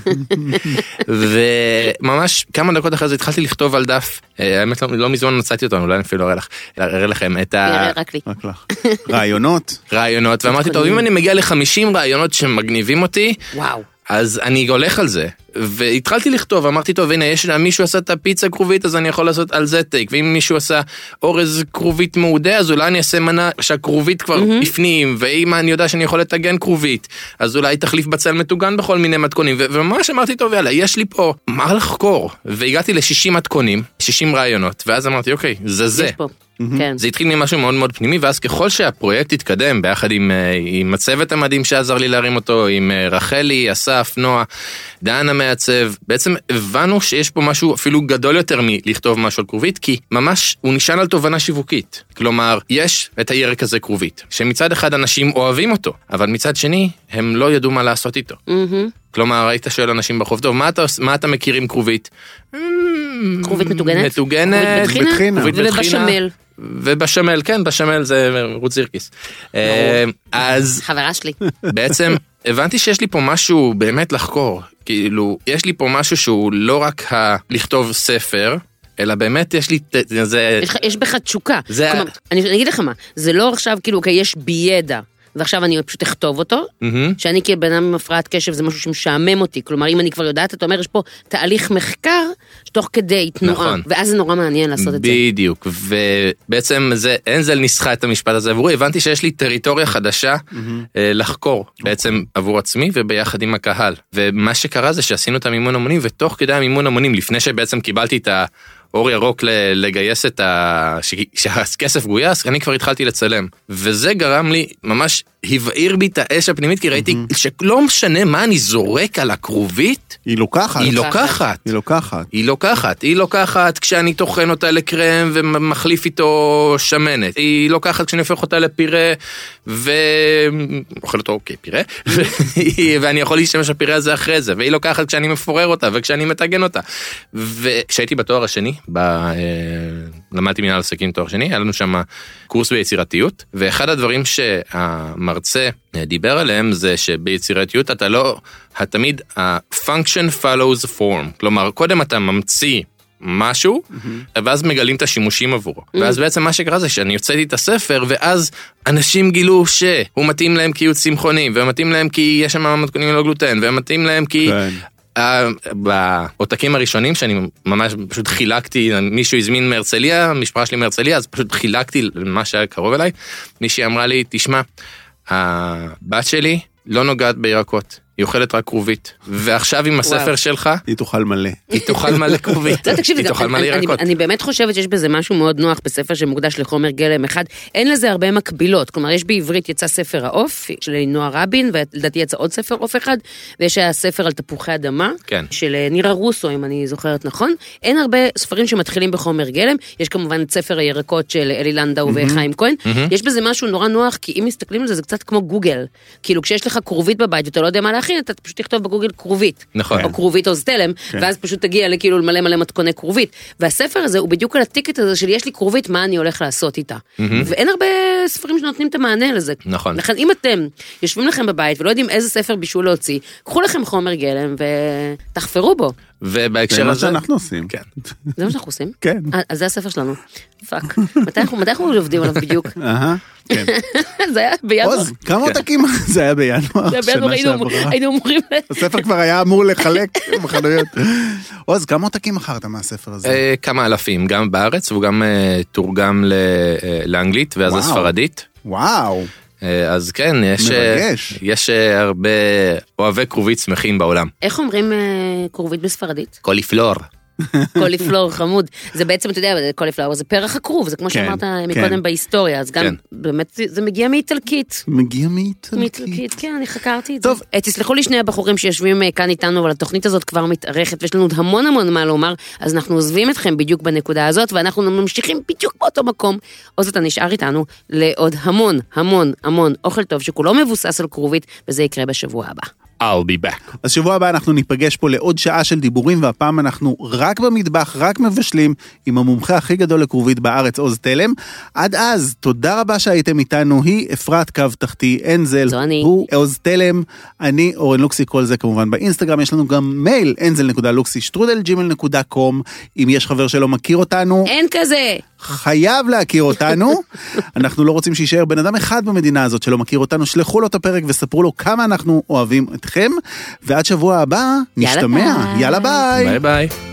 וממש כמה דקות אחרי זה התחלתי לכתוב על דף, האמת לא מזמן מצאתי אותנו, אולי אני אפילו אראה לכם את ה... רק לי. רעיונות. רעיונות, ואמרתי, טוב, אם אני מגיע ל-חמישים רעיונות שמגניבים אותי, וואו. אז אני הולך על זה, והתחלתי לכתוב, אמרתי, טוב, הנה, יש לה, מישהו עשה את הפיצה קרובית, אז אני יכול לעשות על זה טייק, ואם מישהו עשה אורז קרובית מעודה, אז אולי אני אעשה מנה שהקרובית כבר mm-hmm. בפנים, ואם אני יודע שאני יכול לתגן קרובית, אז אולי תחליף בצל מטוגן בכל מיני מתכונים, ו- וממש אמרתי, טוב, יאללה, יש לי פה מה לחקור, והגעתי ל-שישים מתכונים, שישים רעיונות, ואז אמרתי, אוקיי, זה זה. כן. זה התחיל ממשהו מאוד מאוד פנימי, ואז ככל שהפרויקט התקדם, ביחד עם, עם הצוות המדהים שעזר לי להרים אותו, עם רחלי, אסף, נועה, דן המעצב, בעצם הבנו שיש פה משהו אפילו גדול יותר מלכתוב משהו על קרובית, כי ממש הוא נשען על תובנה שיווקית. כלומר, יש את הירק הזה קרובית, שמצד אחד אנשים אוהבים אותו, אבל מצד שני, הם לא ידעו מה לעשות איתו. כלומר, היית שואל אנשים בחוף, טוב, מה אתה, מה אתה מכיר עם קרובית? קרובית מטוגנת? מטוגנת, קרובית בטחינה, ובשמל. ובשמל, כן, בשמל זה רות סירקיס. אז... חברה שלי. בעצם הבנתי שיש לי פה משהו באמת לחקור. כאילו, יש לי פה משהו שהוא לא רק לכתוב ספר, אלא באמת יש לי... יש בך תשוקה. אני אגיד לך מה, זה לא עכשיו כאילו, יש בי ידע. ועכשיו אני פשוט אכתוב אותו, שאני כבן אדם עם הפרעת קשב זה משהו שמשעמם אותי, כלומר אם אני כבר יודעת, אתה אומר יש פה תהליך מחקר, תוך כדי תנועה, ואז זה נורא מעניין לעשות את זה. בדיוק, ובעצם אין זה ניסחה את המשפט הזה עבורי, הבנתי שיש לי טריטוריה חדשה לחקור, בעצם עבור עצמי וביחד עם הקהל, ומה שקרה זה שעשינו את המימון המונים, ותוך כדי המימון המונים, לפני שבעצם קיבלתי את ה... אור ירוק לגייס את ה... שהכסף גויס, אני כבר התחלתי לצלם. וזה גרם לי, ממש הבעיר בי את האש הפנימית, כי ראיתי שלא משנה מה אני זורק על הקרובית. היא לוקחת. היא לוקחת. היא לוקחת. היא לוקחת. היא לוקחת כשאני תוכן אותה לקרם ומחליף איתו שמנת. היא לוקחת כשאני הופך אותה לפירה ואוכל אותו כפירה. ואני יכול להשתמש בפירה הזה אחרי זה. והיא לוקחת כשאני מפורר אותה וכשאני מתגן אותה. וכשהייתי בתואר השני, ב... למדתי מנהל עסקים תואר שני, היה לנו שם קורס ביצירתיות, ואחד הדברים שהמרצה דיבר עליהם זה שביצירתיות אתה לא, תמיד ה-function follows form, כלומר קודם אתה ממציא משהו, mm-hmm. ואז מגלים את השימושים עבורו. Mm-hmm. ואז בעצם מה שקרה זה שאני יוצאתי את הספר, ואז אנשים גילו שהוא מתאים להם כי הוא צמחוני, ומתאים להם כי יש שם מתכונים לא גלוטן, ומתאים להם כי... כן. בעותקים הראשונים שאני ממש פשוט חילקתי, מישהו הזמין מהרצליה, המשפחה שלי מהרצליה, אז פשוט חילקתי למה שהיה קרוב אליי. מישהי אמרה לי, תשמע, הבת שלי לא נוגעת בירקות, היא אוכלת רק קרובית, ועכשיו עם הספר שלך, היא תוכל מלא. היא תוכל מלא קרובית, היא תוכל מלא ירקות. אני באמת חושבת שיש בזה משהו מאוד נוח בספר שמוקדש לחומר גלם אחד, אין לזה הרבה מקבילות, כלומר יש בעברית יצא ספר העוף של נועה רבין, ולדעתי יצא עוד ספר עוף אחד, ויש הספר על תפוחי אדמה, של נירה רוסו, אם אני זוכרת נכון, אין הרבה ספרים שמתחילים בחומר גלם, יש כמובן את ספר הירקות של אלי לנדאו וחיים כהן, יש בזה משהו נורא נוח, כי אם מסתכלים על זה, זה קצת כמו גוגל, כאילו כשיש לך קרובית בבית ואתה לא יודע מה להכין, להכין, אתה פשוט תכתוב בגוגל כרובית. נכון. או כרובית עוז תלם, ואז פשוט תגיע לכאילו למלא מלא מתכוני כרובית. והספר הזה הוא בדיוק על הטיקט הזה של יש לי כרובית, מה אני הולך לעשות איתה. ואין הרבה ספרים שנותנים את המענה לזה. נכון. לכן אם אתם יושבים לכם בבית ולא יודעים איזה ספר בישול להוציא, קחו לכם חומר גלם ותחפרו בו. ובהקשר הזה... זה מה שאנחנו עושים. כן. זה מה שאנחנו עושים? כן. אז זה הספר שלנו. פאק. מתי אנחנו עובדים עליו בדיוק? אהה, כן. זה היה בינואר. עוז, כמה עותקים זה היה בינואר? זה בינואר, היינו אמורים... הספר כבר היה אמור לחלק בחנויות. עוז, כמה עותקים מכרת מהספר הזה? כמה אלפים, גם בארץ, והוא גם תורגם לאנגלית ואז לספרדית. וואו. אז כן, יש, יש הרבה אוהבי כרובית שמחים בעולם. איך אומרים כרובית בספרדית? קוליפלור. קוליפלור חמוד. זה בעצם, אתה יודע, קוליפלור זה פרח הכרוב, זה כמו שאמרת מקודם בהיסטוריה, אז גם באמת זה מגיע מאיטלקית. מגיע מאיטלקית. מאיטלקית, כן, אני חקרתי את זה. טוב. תסלחו לי שני הבחורים שיושבים כאן איתנו, אבל התוכנית הזאת כבר מתארכת, ויש לנו עוד המון המון מה לומר, אז אנחנו עוזבים אתכם בדיוק בנקודה הזאת, ואנחנו ממשיכים בדיוק באותו מקום. עוז, אתה נשאר איתנו לעוד המון, המון, המון אוכל טוב, שכולו מבוסס על כרובית, וזה יקרה בשבוע הבא. I'll be back. אז שבוע הבא אנחנו ניפגש פה לעוד שעה של דיבורים, והפעם אנחנו רק במטבח, רק מבשלים, עם המומחה הכי גדול לכרובית בארץ, עוז תלם. עד אז, תודה רבה שהייתם איתנו, היא אפרת קו תחתי אנזל, הוא עוז תלם, אני אורן לוקסי, כל זה כמובן באינסטגרם, יש לנו גם מייל, אנזל נקודה לוקסי שטרודל ג'ימייל נקודה קום, אם יש חבר שלא מכיר אותנו. אין כזה. חייב להכיר אותנו, אנחנו לא רוצים שישאר בן אדם אחד במדינה הזאת שלא מכיר אותנו, שלחו לו את הפרק וספרו לו כמה אנחנו אוהבים אתכם, ועד שבוע הבא נשתמע, יאללה ביי. ביי ביי.